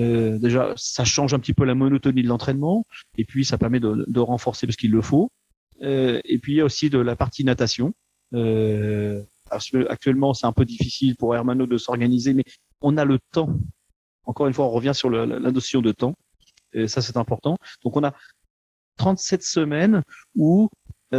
Déjà, ça change un petit peu la monotonie de l'entraînement, et puis ça permet de renforcer parce qu'il le faut. Et puis il y a aussi de la partie natation. Actuellement, c'est un peu difficile pour Hermano de s'organiser, mais on a le temps. Encore une fois, on revient sur la notion de temps. Et ça, c'est important. Donc, on a 37 semaines où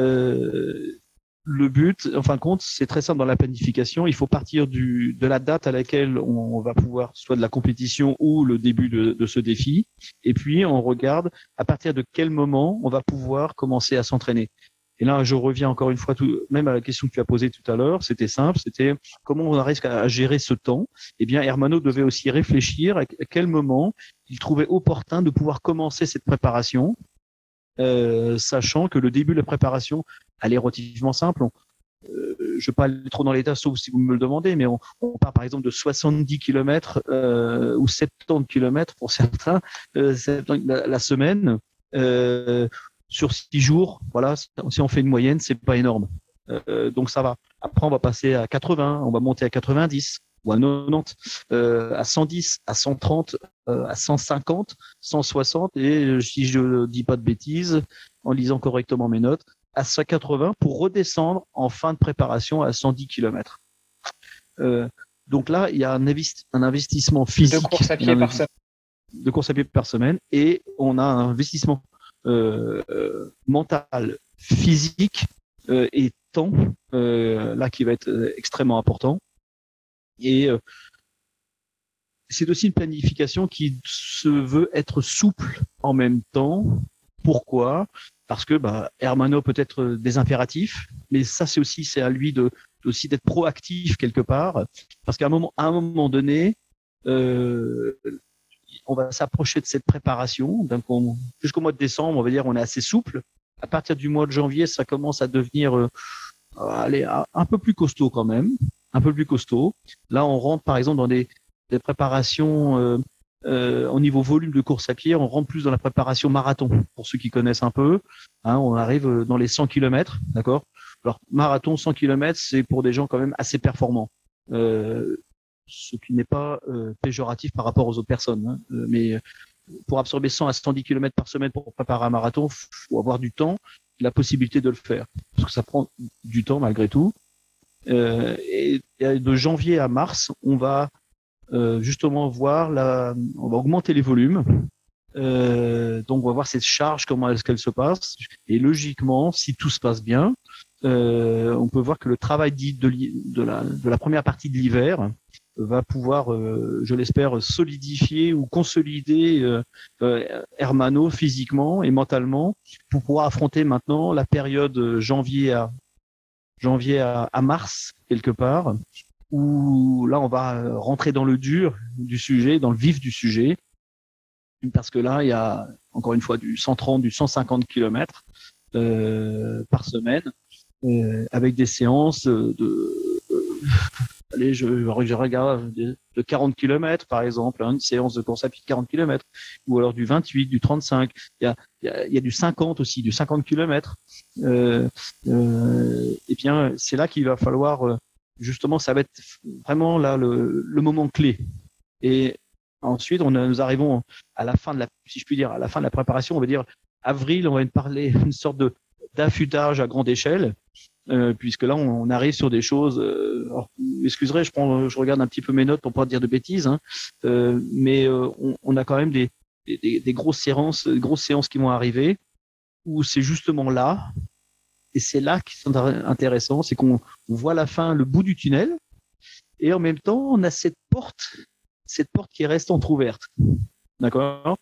le but, en fin de compte, c'est très simple dans la planification. Il faut partir de la date à laquelle on va pouvoir, soit de la compétition ou le début de ce défi. Et puis, on regarde à partir de quel moment on va pouvoir commencer à s'entraîner. Et là, je reviens encore une fois, même à la question que tu as posée tout à l'heure. C'était simple, c'était comment on arrive à gérer ce temps. Eh bien, Hermano devait aussi réfléchir à quel moment il trouvait opportun de pouvoir commencer cette préparation, sachant que le début de la préparation, elle est relativement simple. Je ne vais pas aller trop dans les détails, sauf si vous me le demandez, mais on part par exemple de 70 km ou 70 km pour certains la semaine. Sur 6 jours, voilà, si on fait une moyenne, c'est pas énorme. Donc ça va. Après, on va passer à 80, on va monter à 90 ou à 90, à 110, à 130, à 150, 160 et si je dis pas de bêtises, en lisant correctement mes notes, à 180 pour redescendre en fin de préparation à 110 km. Donc là, il y a un investissement physique de course à pied par semaine. De course à pied par semaine et on a un investissement mental, physique et temps là qui va être extrêmement important. Et c'est aussi une planification qui se veut être souple en même temps. Pourquoi ? Parce que Hermano peut être des impératifs, mais ça c'est à lui aussi d'être proactif quelque part, parce qu'à un moment donné, on va s'approcher de cette préparation. Donc, jusqu'au mois de décembre, on va dire, on est assez souple. À partir du mois de janvier, ça commence à devenir un peu plus costaud quand même, un peu plus costaud. Là, on rentre par exemple dans des préparations au niveau volume de course à pied, on rentre plus dans la préparation marathon. Pour ceux qui connaissent un peu, on arrive dans les 100 km, d'accord ? Alors, marathon, 100 km, c'est pour des gens quand même assez performants. Ce qui n'est pas péjoratif par rapport aux autres personnes. Mais pour absorber 100 à 110 km par semaine pour préparer un marathon, il faut avoir du temps, la possibilité de le faire. Parce que ça prend du temps malgré tout. Et de janvier à mars, on va justement on va augmenter les volumes. Donc on va voir cette charge, comment est-ce qu'elle se passe. Et logiquement, si tout se passe bien, on peut voir que le travail de la première partie de l'hiver va pouvoir, je l'espère, solidifier ou consolider Hermano physiquement et mentalement pour pouvoir affronter maintenant la période janvier à mars quelque part, où là on va rentrer dans le dur du sujet, dans le vif du sujet, parce que là il y a encore une fois du 130, du 150 km par semaine, avec des séances allez, je regarde de 40 km par exemple, une séance de course à pied de 40 km, ou alors du 28, du 35. Il y a du 50 aussi, du 50 km. Et bien, c'est là qu'il va falloir justement, ça va être vraiment là le moment clé. Et ensuite, nous arrivons à la fin si je puis dire, à la fin de la préparation, on va dire avril, on va parler une sorte d'affûtage à grande échelle. Puisque là on arrive sur des choses. Alors, m'excuserez, je regarde un petit peu mes notes pour pas dire de bêtises, mais on a quand même des grosses séances qui vont arriver où c'est justement là, et c'est là qui sont intéressants, c'est qu'on voit la fin, le bout du tunnel, et en même temps on a cette porte qui reste entrouverte, d'accord,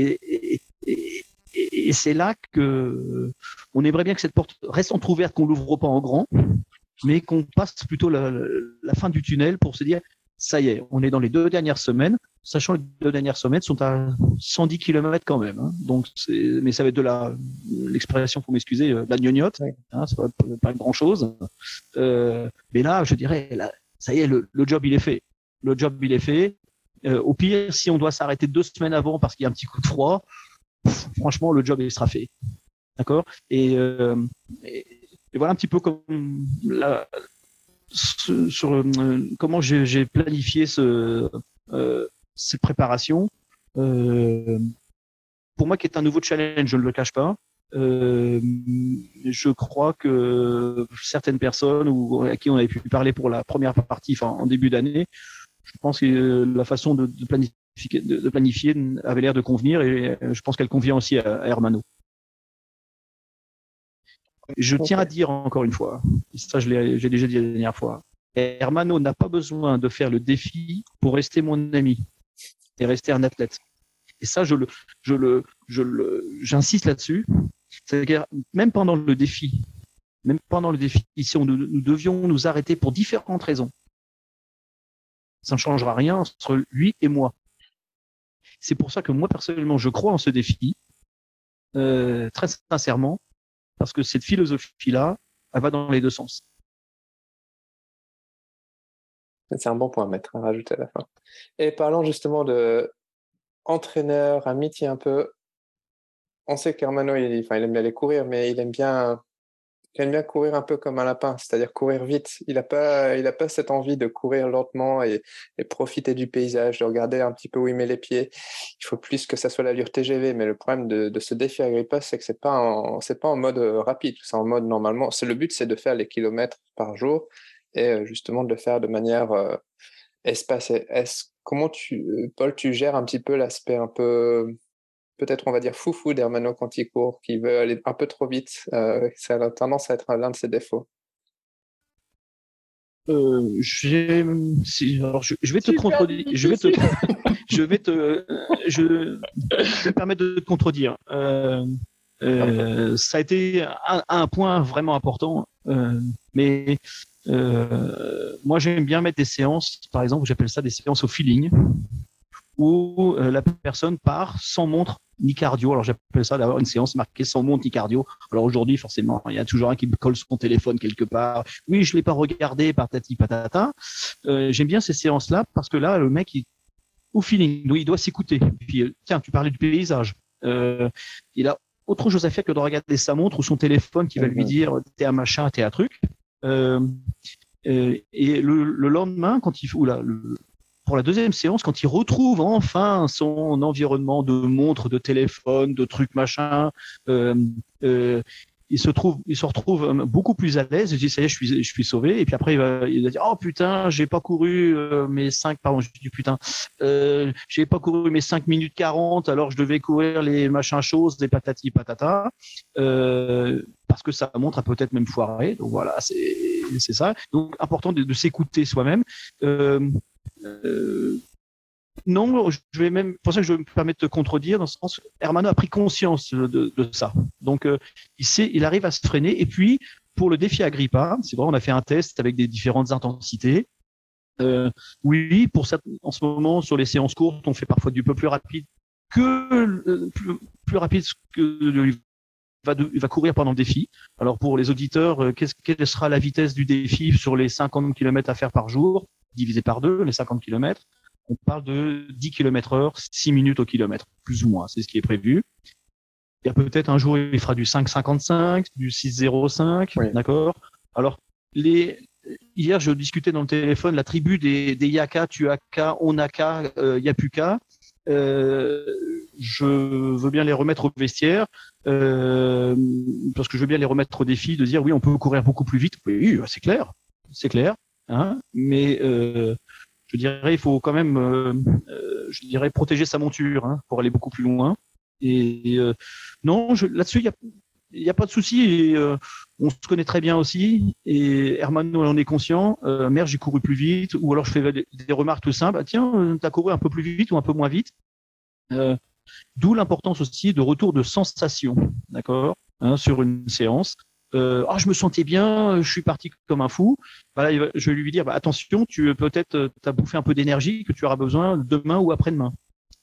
et c'est là que on aimerait bien que cette porte reste entrouverte, qu'on l'ouvre pas en grand, mais qu'on passe plutôt la fin du tunnel pour se dire ça y est, on est dans les 2 dernières semaines, sachant que les 2 dernières semaines sont à 110 km quand même. Donc mais ça va être l'expression, faut m'excuser, de la gnognotte, ça va pas grand chose. Mais là, je dirais, là, ça y est, le job il est fait. Le job il est fait. Au pire, si on doit s'arrêter 2 semaines avant parce qu'il y a un petit coup de froid, franchement, le job il sera fait, d'accord. Et voilà un petit peu comme comment j'ai planifié cette préparation. Pour moi, qui est un nouveau challenge, je ne le cache pas. Je crois que certaines personnes à qui on avait pu parler pour la première partie, enfin en début d'année, je pense que la façon de planifier avait l'air de convenir et je pense qu'elle convient aussi à Hermano. Je tiens à dire encore une fois, et ça j'ai déjà dit la dernière fois, Hermano n'a pas besoin de faire le défi pour rester mon ami et rester un athlète. Et ça, j'insiste là-dessus. C'est-à-dire, même pendant le défi, si nous devions nous arrêter pour différentes raisons, ça ne changera rien entre lui et moi. C'est pour ça que moi, personnellement, je crois en ce défi, très sincèrement, parce que cette philosophie-là, elle va dans les deux sens. C'est un bon point à rajouter à la fin. Et parlons justement de entraîneur, amitié un peu. On sait qu'Hermano, il aime bien aller courir, mais il aime bien courir un peu comme un lapin, c'est-à-dire courir vite. Il a pas cette envie de courir lentement et profiter du paysage, de regarder un petit peu où il met les pieds. Il faut plus que ça soit l'allure TGV, mais le problème de ce défi Agrippa, c'est que c'est pas en mode rapide, c'est en mode normalement. Le but, c'est de faire les kilomètres par jour et justement de le faire de manière espacée. Comment Paul, tu gères un petit peu l'aspect un peu peut-être on va dire foufou d'Hermano quand il court, qui veut aller un peu trop vite. Ça a tendance à être l'un de ses défauts. Je vais te contredire. Je vais me permettre de te contredire. Ça a été un point vraiment important. Mais moi, j'aime bien mettre des séances, par exemple, j'appelle ça des séances au feeling, où la personne part sans montre ni cardio. Alors j'appelle ça d'avoir une séance marquée sans montre ni cardio. Alors aujourd'hui, forcément, il y a toujours un qui me colle son téléphone quelque part. Oui, je l'ai pas regardé, patati patata. J'aime bien ces séances-là parce que là, le mec, au feeling, il doit s'écouter. Puis tiens, tu parlais du paysage. Il a autre chose à faire que de regarder sa montre ou son téléphone qui va lui dire t'es un machin, t'es un truc. Et le lendemain, quand il faut pour la deuxième séance, quand il retrouve enfin son environnement de montres, de téléphone, de trucs machin, il se retrouve beaucoup plus à l'aise. Il dit ça y est, je suis sauvé. Et puis après, il va dire oh putain, j'ai pas couru j'ai pas couru mes 5 minutes 40, alors je devais courir les machins choses, des patati patata, parce que sa montre a peut-être même foiré. Donc voilà, c'est ça. Donc important de s'écouter soi-même. Non, pour ça que je me permets de te contredire, dans ce sens, Hermano a pris conscience de ça. Donc, il arrive à se freiner. Et puis, pour le défi Agrippa, c'est vrai, on a fait un test avec des différentes intensités. Oui, en ce moment, sur les séances courtes, on fait parfois du peu plus rapide plus rapide que il va courir pendant le défi. Alors, pour les auditeurs, quelle sera la vitesse du défi sur les 50 km à faire par jour, divisé par 2, les 50 km? On parle de 10 km/h, 6 minutes au kilomètre, plus ou moins, c'est ce qui est prévu. Il y a peut-être un jour, il fera du 5,55, du 6,05, oui. D'accord. Alors, hier, je discutais dans le téléphone, la tribu des Yaka, Tuaka, Onaka, Yapuka. Je veux bien les remettre au vestiaire, parce que je veux bien les remettre au défi de dire oui, on peut courir beaucoup plus vite. Oui, c'est clair, hein, mais je dirais, il faut quand même, protéger sa monture, hein, pour aller beaucoup plus loin. Et non, là-dessus, il y a pas de souci. Et on se connaît très bien aussi. Et Hermano en est conscient. Merde, j'ai couru plus vite. Ou alors je fais des remarques tout simples. Tiens, t'as couru un peu plus vite ou un peu moins vite. D'où l'importance aussi de retour de sensation, d'accord, hein, sur une séance. Je me sentais bien, je suis parti comme un fou. Voilà, je vais lui dire attention, t'as bouffé un peu d'énergie que tu auras besoin demain ou après-demain.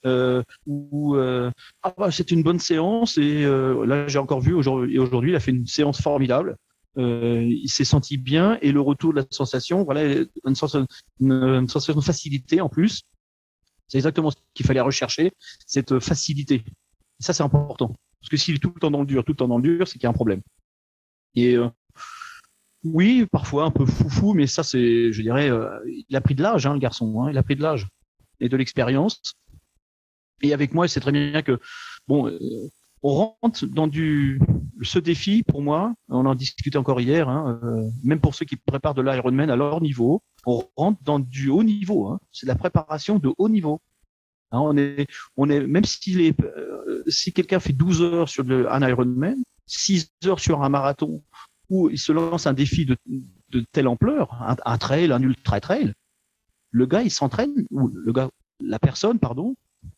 C'était une bonne séance et là j'ai encore vu aujourd'hui il a fait une séance formidable. Il s'est senti bien et le retour de la sensation, voilà, une sensation de facilité en plus. C'est exactement ce qu'il fallait rechercher, cette facilité. Et ça c'est important parce que s'il est tout le temps dans le dur, c'est qu'il y a un problème. Et oui, parfois un peu foufou, mais ça c'est, je dirais, il a pris de l'âge, hein, le garçon, hein, il a pris de l'âge et de l'expérience. Et avec moi, c'est très bien que, bon, on rentre dans ce défi, pour moi, on en discutait encore hier, même pour ceux qui préparent de l'Ironman à leur niveau, on rentre dans du haut niveau. C'est de la préparation de haut niveau. On est, même si quelqu'un fait 12 heures sur un Ironman, 6 heures sur un marathon, ou il se lance un défi de telle ampleur, un trail, un ultra trail, le gars, il s'entraîne, ou la personne, pardon,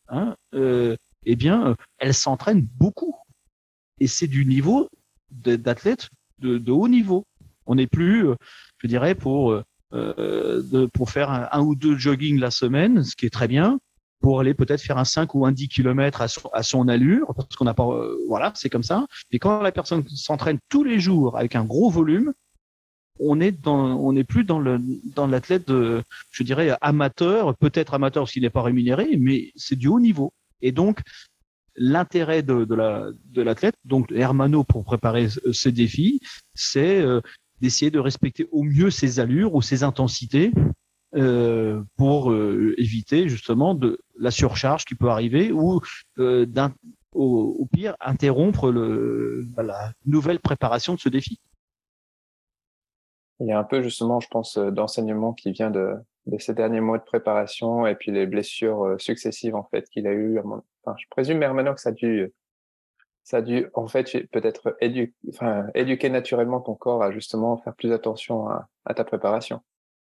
elle s'entraîne beaucoup. Et c'est du niveau d'athlète de haut niveau. On n'est plus, je dirais, pour faire un ou deux jogging la semaine, ce qui est très bien, pour aller peut-être faire un 5 ou un 10 km à son allure, parce qu'on n'a pas, voilà, c'est comme ça. Et quand la personne s'entraîne tous les jours avec un gros volume, on n'est plus dans l'athlète, je dirais, amateur, peut-être amateur s'il n'est pas rémunéré, mais c'est du haut niveau. Et donc, l'intérêt de l'athlète, donc Hermano pour préparer ce défi, c'est d'essayer de respecter au mieux ses allures ou ses intensités pour éviter justement de la surcharge qui peut arriver ou au pire interrompre la nouvelle préparation de ce défi. Il y a un peu justement, je pense, d'enseignement qui vient de ces derniers mois de préparation et puis les blessures successives en fait qu'il a eues. Enfin, je présume Hermano que ça a dû en fait peut-être éduquer naturellement ton corps à justement faire plus attention à ta préparation.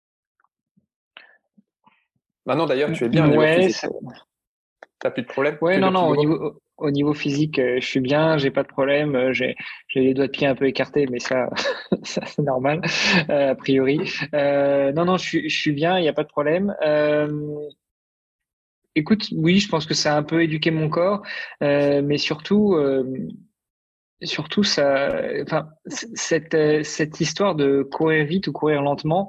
Maintenant d'ailleurs, tu es bien au niveau physique. T'as plus de problème? Ouais, non, au niveau physique, je suis bien, j'ai pas de problème, j'ai les doigts de pied un peu écartés, mais ça, ça c'est normal, a priori. Non, je suis bien, il n'y a pas de problème. Écoute, oui, je pense que ça a un peu éduqué mon corps, mais surtout, ça, enfin, cette histoire de courir vite ou courir lentement,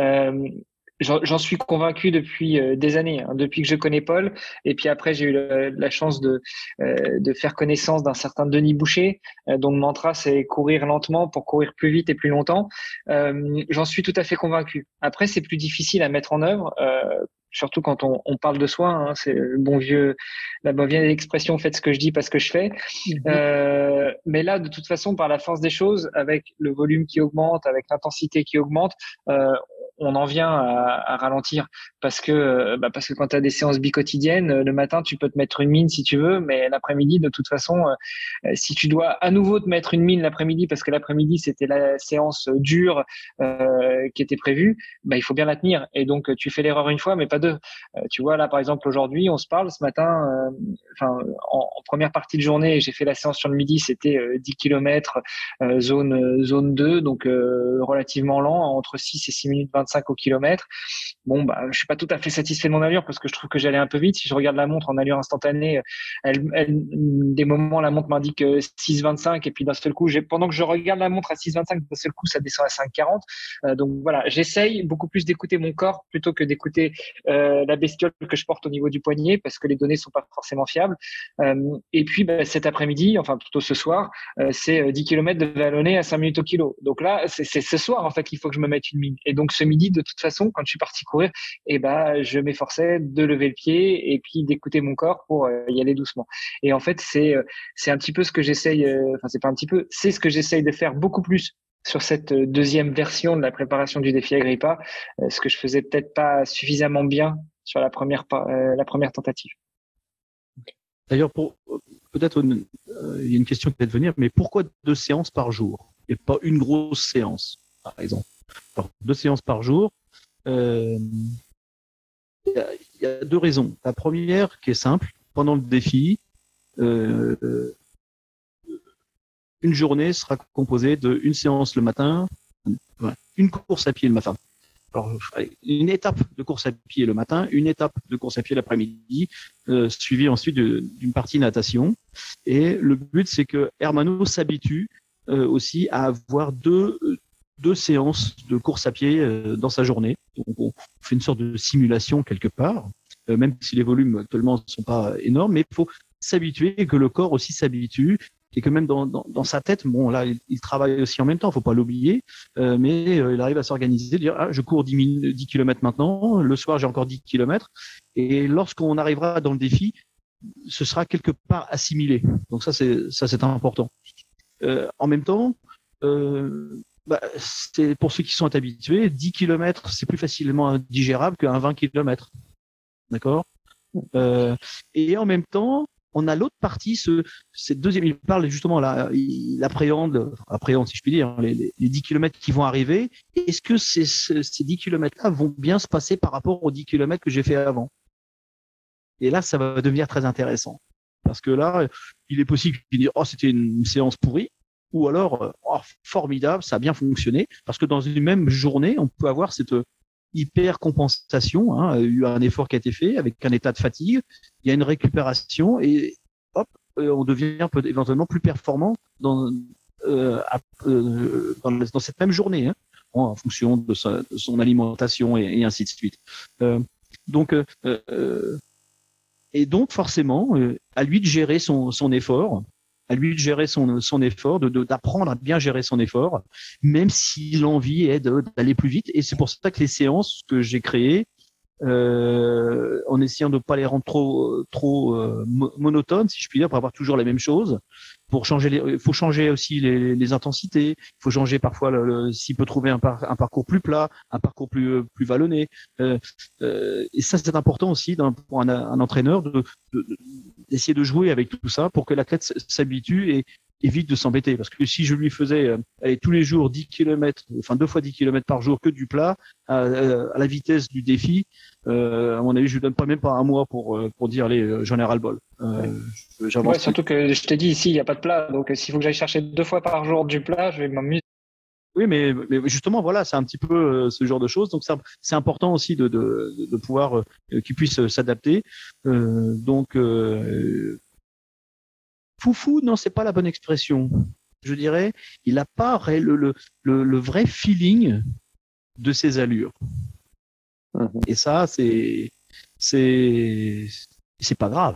j'en suis convaincu depuis des années, depuis que je connais Paul. Et puis après, j'ai eu la chance de faire connaissance d'un certain Denis Boucher, dont le mantra c'est courir lentement pour courir plus vite et plus longtemps. J'en suis tout à fait convaincu. Après, c'est plus difficile à mettre en œuvre. Surtout quand on parle de soi, c'est la bonne vieille expression, faites ce que je dis, pas ce que je fais. Mais là, de toute façon, par la force des choses, avec le volume qui augmente, avec l'intensité qui augmente, on en vient à ralentir parce que quand tu as des séances bicotidiennes, le matin, tu peux te mettre une mine si tu veux, mais l'après-midi, de toute façon, si tu dois à nouveau te mettre une mine l'après-midi parce que l'après-midi, c'était la séance dure qui était prévue, il faut bien la tenir. Et donc, tu fais l'erreur une fois, mais pas deux. Tu vois, là, par exemple, aujourd'hui, on se parle ce matin, en première partie de journée, j'ai fait la séance sur le midi, c'était 10 km zone 2, donc relativement lent, entre 6 et 6 minutes 25 au kilomètre. Bon, je suis pas tout à fait satisfait de mon allure parce que je trouve que j'allais un peu vite. Si je regarde la montre en allure instantanée, des moments, la montre m'indique 6,25 et puis d'un seul coup, pendant que je regarde la montre à 6,25, d'un seul coup, ça descend à 5,40. Donc voilà, j'essaye beaucoup plus d'écouter mon corps plutôt que d'écouter la bestiole que je porte au niveau du poignet parce que les données sont pas forcément fiables. Et puis cet après-midi, enfin plutôt ce soir, c'est 10 km de vallonné à 5 minutes au kilo. Donc là, c'est ce soir en fait qu'il faut que je me mette une mine. Et donc ce midi, de toute façon, quand je suis parti courir, je m'efforçais de lever le pied et puis d'écouter mon corps pour y aller doucement. Et en fait, c'est un petit peu ce que j'essaye. C'est pas un petit peu, c'est ce que j'essaye de faire beaucoup plus sur cette deuxième version de la préparation du défi Agrippa, ce que je faisais peut-être pas suffisamment bien sur la première tentative. D'ailleurs, peut-être il y a une question qui peut venir, mais pourquoi 2 séances par jour et pas une grosse séance, par exemple? Alors, 2 séances par jour, il y a 2 raisons. La première, qui est simple, pendant le défi, une journée sera composée d'une séance le matin, une course à pied le matin. Alors, une étape de course à pied le matin, une étape de course à pied l'après-midi, suivie ensuite d'une partie natation. Et le but, c'est que Hermano s'habitue aussi à avoir deux séances de course à pied dans sa journée. Donc, on fait une sorte de simulation quelque part, même si les volumes actuellement ne sont pas énormes, mais il faut s'habituer et que le corps aussi s'habitue. Et que même dans sa tête, bon là, il travaille aussi en même temps, faut pas l'oublier, mais il arrive à s'organiser, dire je cours 10 km maintenant, le soir j'ai encore 10 km, et lorsqu'on arrivera dans le défi, ce sera quelque part assimilé. Donc ça c'est important. En même temps, c'est pour ceux qui sont habitués, 10 km, c'est plus facilement digérable qu'un 20 km. D'accord. Et en même temps, on a l'autre partie, cette deuxième, il parle justement là, il appréhende si je puis dire, les 10 km qui vont arriver. Est-ce que ces 10 km-là vont bien se passer par rapport aux 10 km que j'ai fait avant? Et là, ça va devenir très intéressant. Parce que là, il est possible qu'il dise, oh, c'était une séance pourrie. Ou alors, oh, formidable, ça a bien fonctionné. Parce que dans une même journée, on peut avoir cette hyper compensation. Hein, il y a eu un effort qui a été fait avec un état de fatigue. Il y a une récupération et hop, on devient éventuellement plus performant dans cette même journée, hein, en fonction de son alimentation et ainsi de suite. Et donc forcément, à lui de gérer son effort, à lui de gérer son effort, d'apprendre à bien gérer son effort, même si l'envie est d'aller plus vite. Et c'est pour ça que les séances que j'ai créées, en essayant de ne pas les rendre trop monotones, si je puis dire, pour avoir toujours la même chose. Pour changer, il faut changer aussi les intensités. Il faut changer parfois s'il peut trouver un parcours plus plat, un parcours plus vallonné. Et ça, c'est important aussi pour un entraîneur d'essayer de jouer avec tout ça pour que l'athlète s'habitue et évite de s'embêter. Parce que si je lui faisais tous les jours 10 km, enfin 2 fois 10 km par jour que du plat, à la vitesse du défi, à mon avis, je lui donne pas même pas un mois pour dire allez, j'en ai ras le bol. Ouais, surtout que je t'ai dit ici, il n'y a pas de plat. Donc, s'il faut que j'aille chercher 2 fois par jour du plat, je vais m'amuser. Oui, mais justement, voilà, c'est un petit peu ce genre de choses. Donc, c'est important aussi de pouvoir qu'il puisse s'adapter. Foufou, non, c'est pas la bonne expression. Je dirais, il n'a pas le vrai feeling de ses allures. Et ça, c'est pas grave.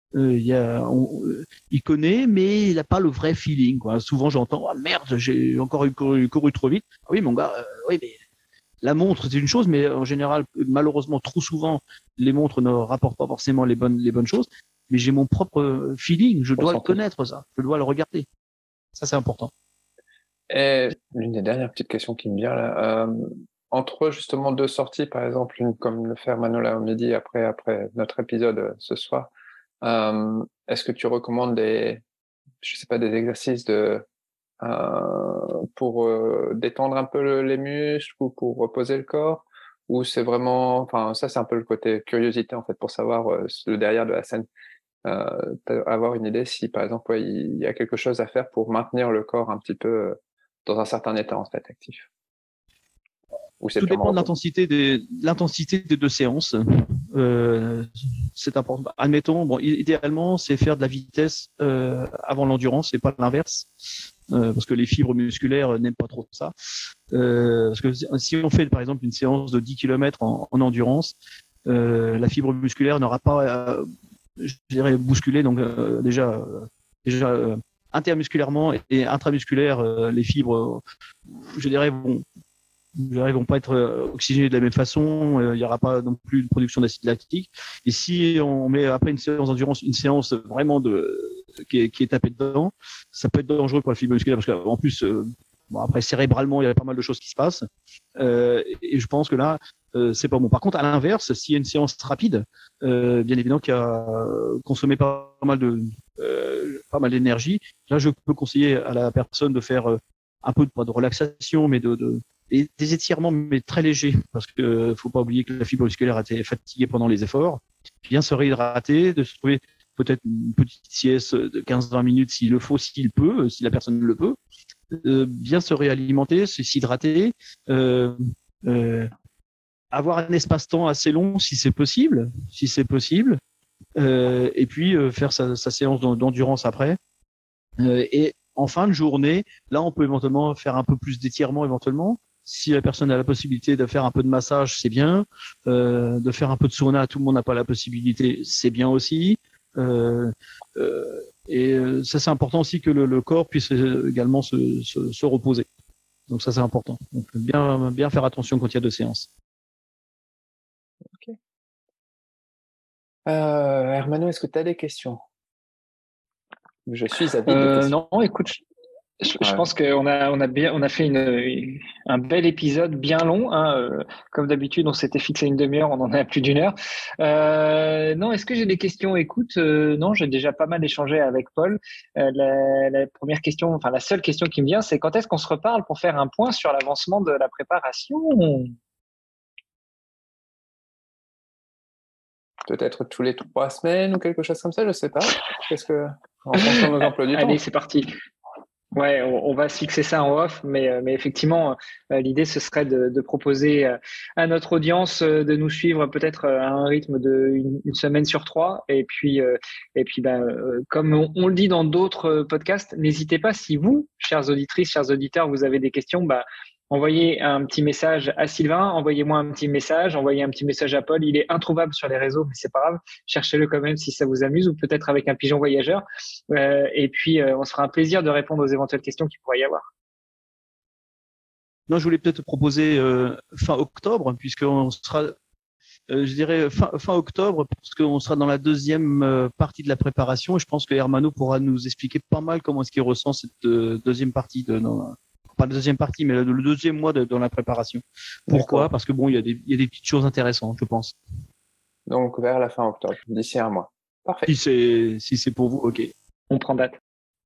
Il connaît, mais il n'a pas le vrai feeling, quoi. Souvent, j'entends, oh, merde, j'ai encore couru trop vite. Ah oui, mon gars, oui, mais la montre, c'est une chose, mais en général, malheureusement, trop souvent, les montres ne rapportent pas forcément les bonnes choses. Mais j'ai mon propre feeling, je dois le connaître, ça. Je dois le regarder. Ça, c'est important. Et l'une des dernières petites questions qui me vient là, entre justement 2 sorties, par exemple, une comme le fait Manola au midi après notre épisode ce soir, est-ce que tu recommandes des exercices pour détendre un peu les muscles ou pour reposer le corps, ou c'est vraiment, enfin ça c'est un peu le côté curiosité en fait pour savoir le derrière de la scène, avoir une idée si par exemple il y a quelque chose à faire pour maintenir le corps un petit peu dans un certain état en fait actif. Tout dépend de l'intensité des 2 séances. C'est important. Admettons, bon, idéalement, c'est faire de la vitesse avant l'endurance et pas l'inverse, parce que les fibres musculaires n'aiment pas trop ça. Parce que si on fait par exemple une séance de 10 km en endurance, la fibre musculaire n'aura pas, je dirais, bousculé. Donc déjà intermusculairement et intramusculaire, les fibres, je dirais, vont pas être oxygénés de la même façon, il n'y aura pas non plus de production d'acide lactique. Et si on met après une séance d'endurance, une séance vraiment qui est tapée dedans, ça peut être dangereux pour la fibre musculaire parce qu'en plus, après cérébralement, il y a pas mal de choses qui se passent. Et je pense que là, c'est pas bon. Par contre, à l'inverse, s'il y a une séance rapide, bien évidemment qui a consommé pas mal d'énergie, là, je peux conseiller à la personne de faire un peu pas de relaxation, mais et des étirements, mais très légers, parce que faut pas oublier que la fibre musculaire a été fatiguée pendant les efforts. Bien se réhydrater, de se trouver peut-être une petite sieste de 15-20 minutes s'il le faut, s'il peut, si la personne le peut. Bien se réalimenter, s'hydrater, avoir un espace-temps assez long si c'est possible, et puis faire sa séance d'endurance après. Et en fin de journée, là, on peut éventuellement faire un peu plus d'étirement éventuellement. Si la personne a la possibilité de faire un peu de massage, c'est bien. De faire un peu de sauna, tout le monde n'a pas la possibilité, c'est bien aussi. Et ça, c'est important aussi que le corps puisse également se reposer. Donc ça, c'est important. Donc bien faire attention quand il y a 2 séances. Okay. Hermano, est-ce que tu as des questions? Je suis avide de questions. Non, écoute, je pense qu'on a fait un bel épisode bien long. Hein. Comme d'habitude, on s'était fixé une demi-heure, on en a plus d'1 heure. Non, est-ce que j'ai des questions? Écoute, non, j'ai déjà pas mal échangé avec Paul. La première question, enfin la seule question qui me vient, c'est quand est-ce qu'on se reparle pour faire un point sur l'avancement de la préparation? Peut-être tous les 3 semaines ou quelque chose comme ça, je sais pas. Qu'est-ce que en fonction de nos emplois du temps. Allez, c'est parti. Ouais, on va se fixer ça en off, mais effectivement, l'idée ce serait de proposer à notre audience de nous suivre peut-être à un rythme de une semaine sur 3, et puis comme on le dit dans d'autres podcasts, n'hésitez pas, si vous, chères auditrices, chers auditeurs, vous avez des questions, envoyez un petit message à Sylvain, envoyez-moi un petit message, envoyez un petit message à Paul. Il est introuvable sur les réseaux, mais c'est pas grave. Cherchez-le quand même si ça vous amuse, ou peut-être avec un pigeon voyageur. Et puis, on se fera un plaisir de répondre aux éventuelles questions qu'il pourrait y avoir. Non, je voulais peut-être proposer fin octobre, puisqu'on sera, je dirais fin octobre, parce qu'on sera dans la deuxième partie de la préparation. Et je pense que Hermano pourra nous expliquer pas mal comment est-ce qu'il ressent cette deuxième partie pas la deuxième partie, mais le deuxième mois dans la préparation. Pourquoi? Parce que bon, il y a des petites choses intéressantes, je pense. Donc vers la fin octobre, d'ici 1 mois. Parfait. Si c'est pour vous, ok. On prend date.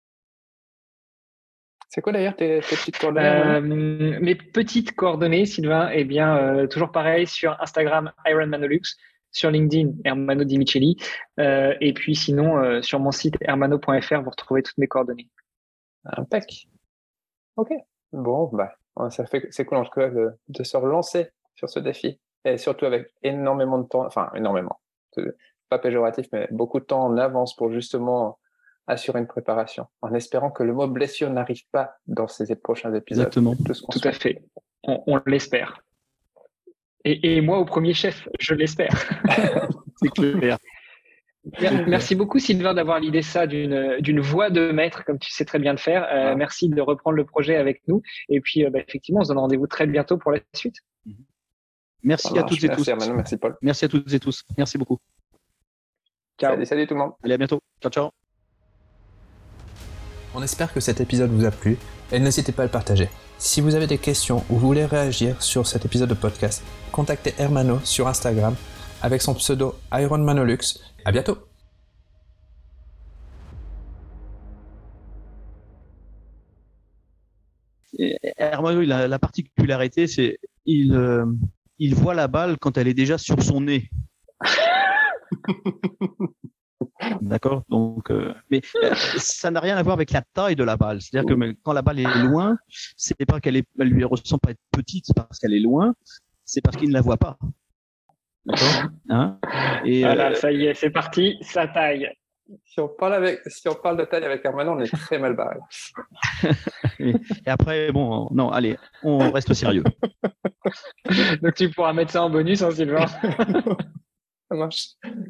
C'est quoi d'ailleurs tes petites coordonnées? Mes petites coordonnées, Sylvain, eh bien, toujours pareil sur Instagram, Ironmanolux, sur LinkedIn, Hermano Di Micheli, et puis sinon, sur mon site hermano.fr, vous retrouvez toutes mes coordonnées. Impec. Ok. Bon, c'est cool en tout cas de se relancer sur ce défi, et surtout avec énormément de temps, enfin énormément, pas péjoratif, mais beaucoup de temps en avance pour justement assurer une préparation, en espérant que le mot blessure n'arrive pas dans ces prochains épisodes. Exactement. Tout à fait. On l'espère. Et moi au premier chef, je l'espère. C'est clair. Merci beaucoup Sylvain d'avoir l'idée d'une voix de maître, comme tu sais très bien le faire. Merci de reprendre le projet avec nous. Et puis effectivement, on se donne rendez-vous très bientôt pour la suite. Merci à toutes et tous. Merci Hermano, merci Paul. Merci à toutes et tous. Merci beaucoup. Ciao. Salut tout le monde. Allez, à bientôt. Ciao, ciao. On espère que cet épisode vous a plu et n'hésitez pas à le partager. Si vous avez des questions ou vous voulez réagir sur cet épisode de podcast, contactez Hermano sur Instagram avec son pseudo Ironmanolux. À bientôt. Hermano, la particularité, c'est il voit la balle quand elle est déjà sur son nez. D'accord. Donc, mais ça n'a rien à voir avec la taille de la balle. C'est-à-dire que quand la balle est loin, c'est pas elle lui ressemble pas être petite parce qu'elle est loin, c'est parce qu'il ne la voit pas. D'accord. Hein? Et voilà, ça y est, c'est parti, ça taille. Si on parle de taille avec Hermano, on est très mal barré. et après, bon, non, allez, on reste sérieux. Donc tu pourras mettre ça en bonus, hein, Sylvain. Ça marche.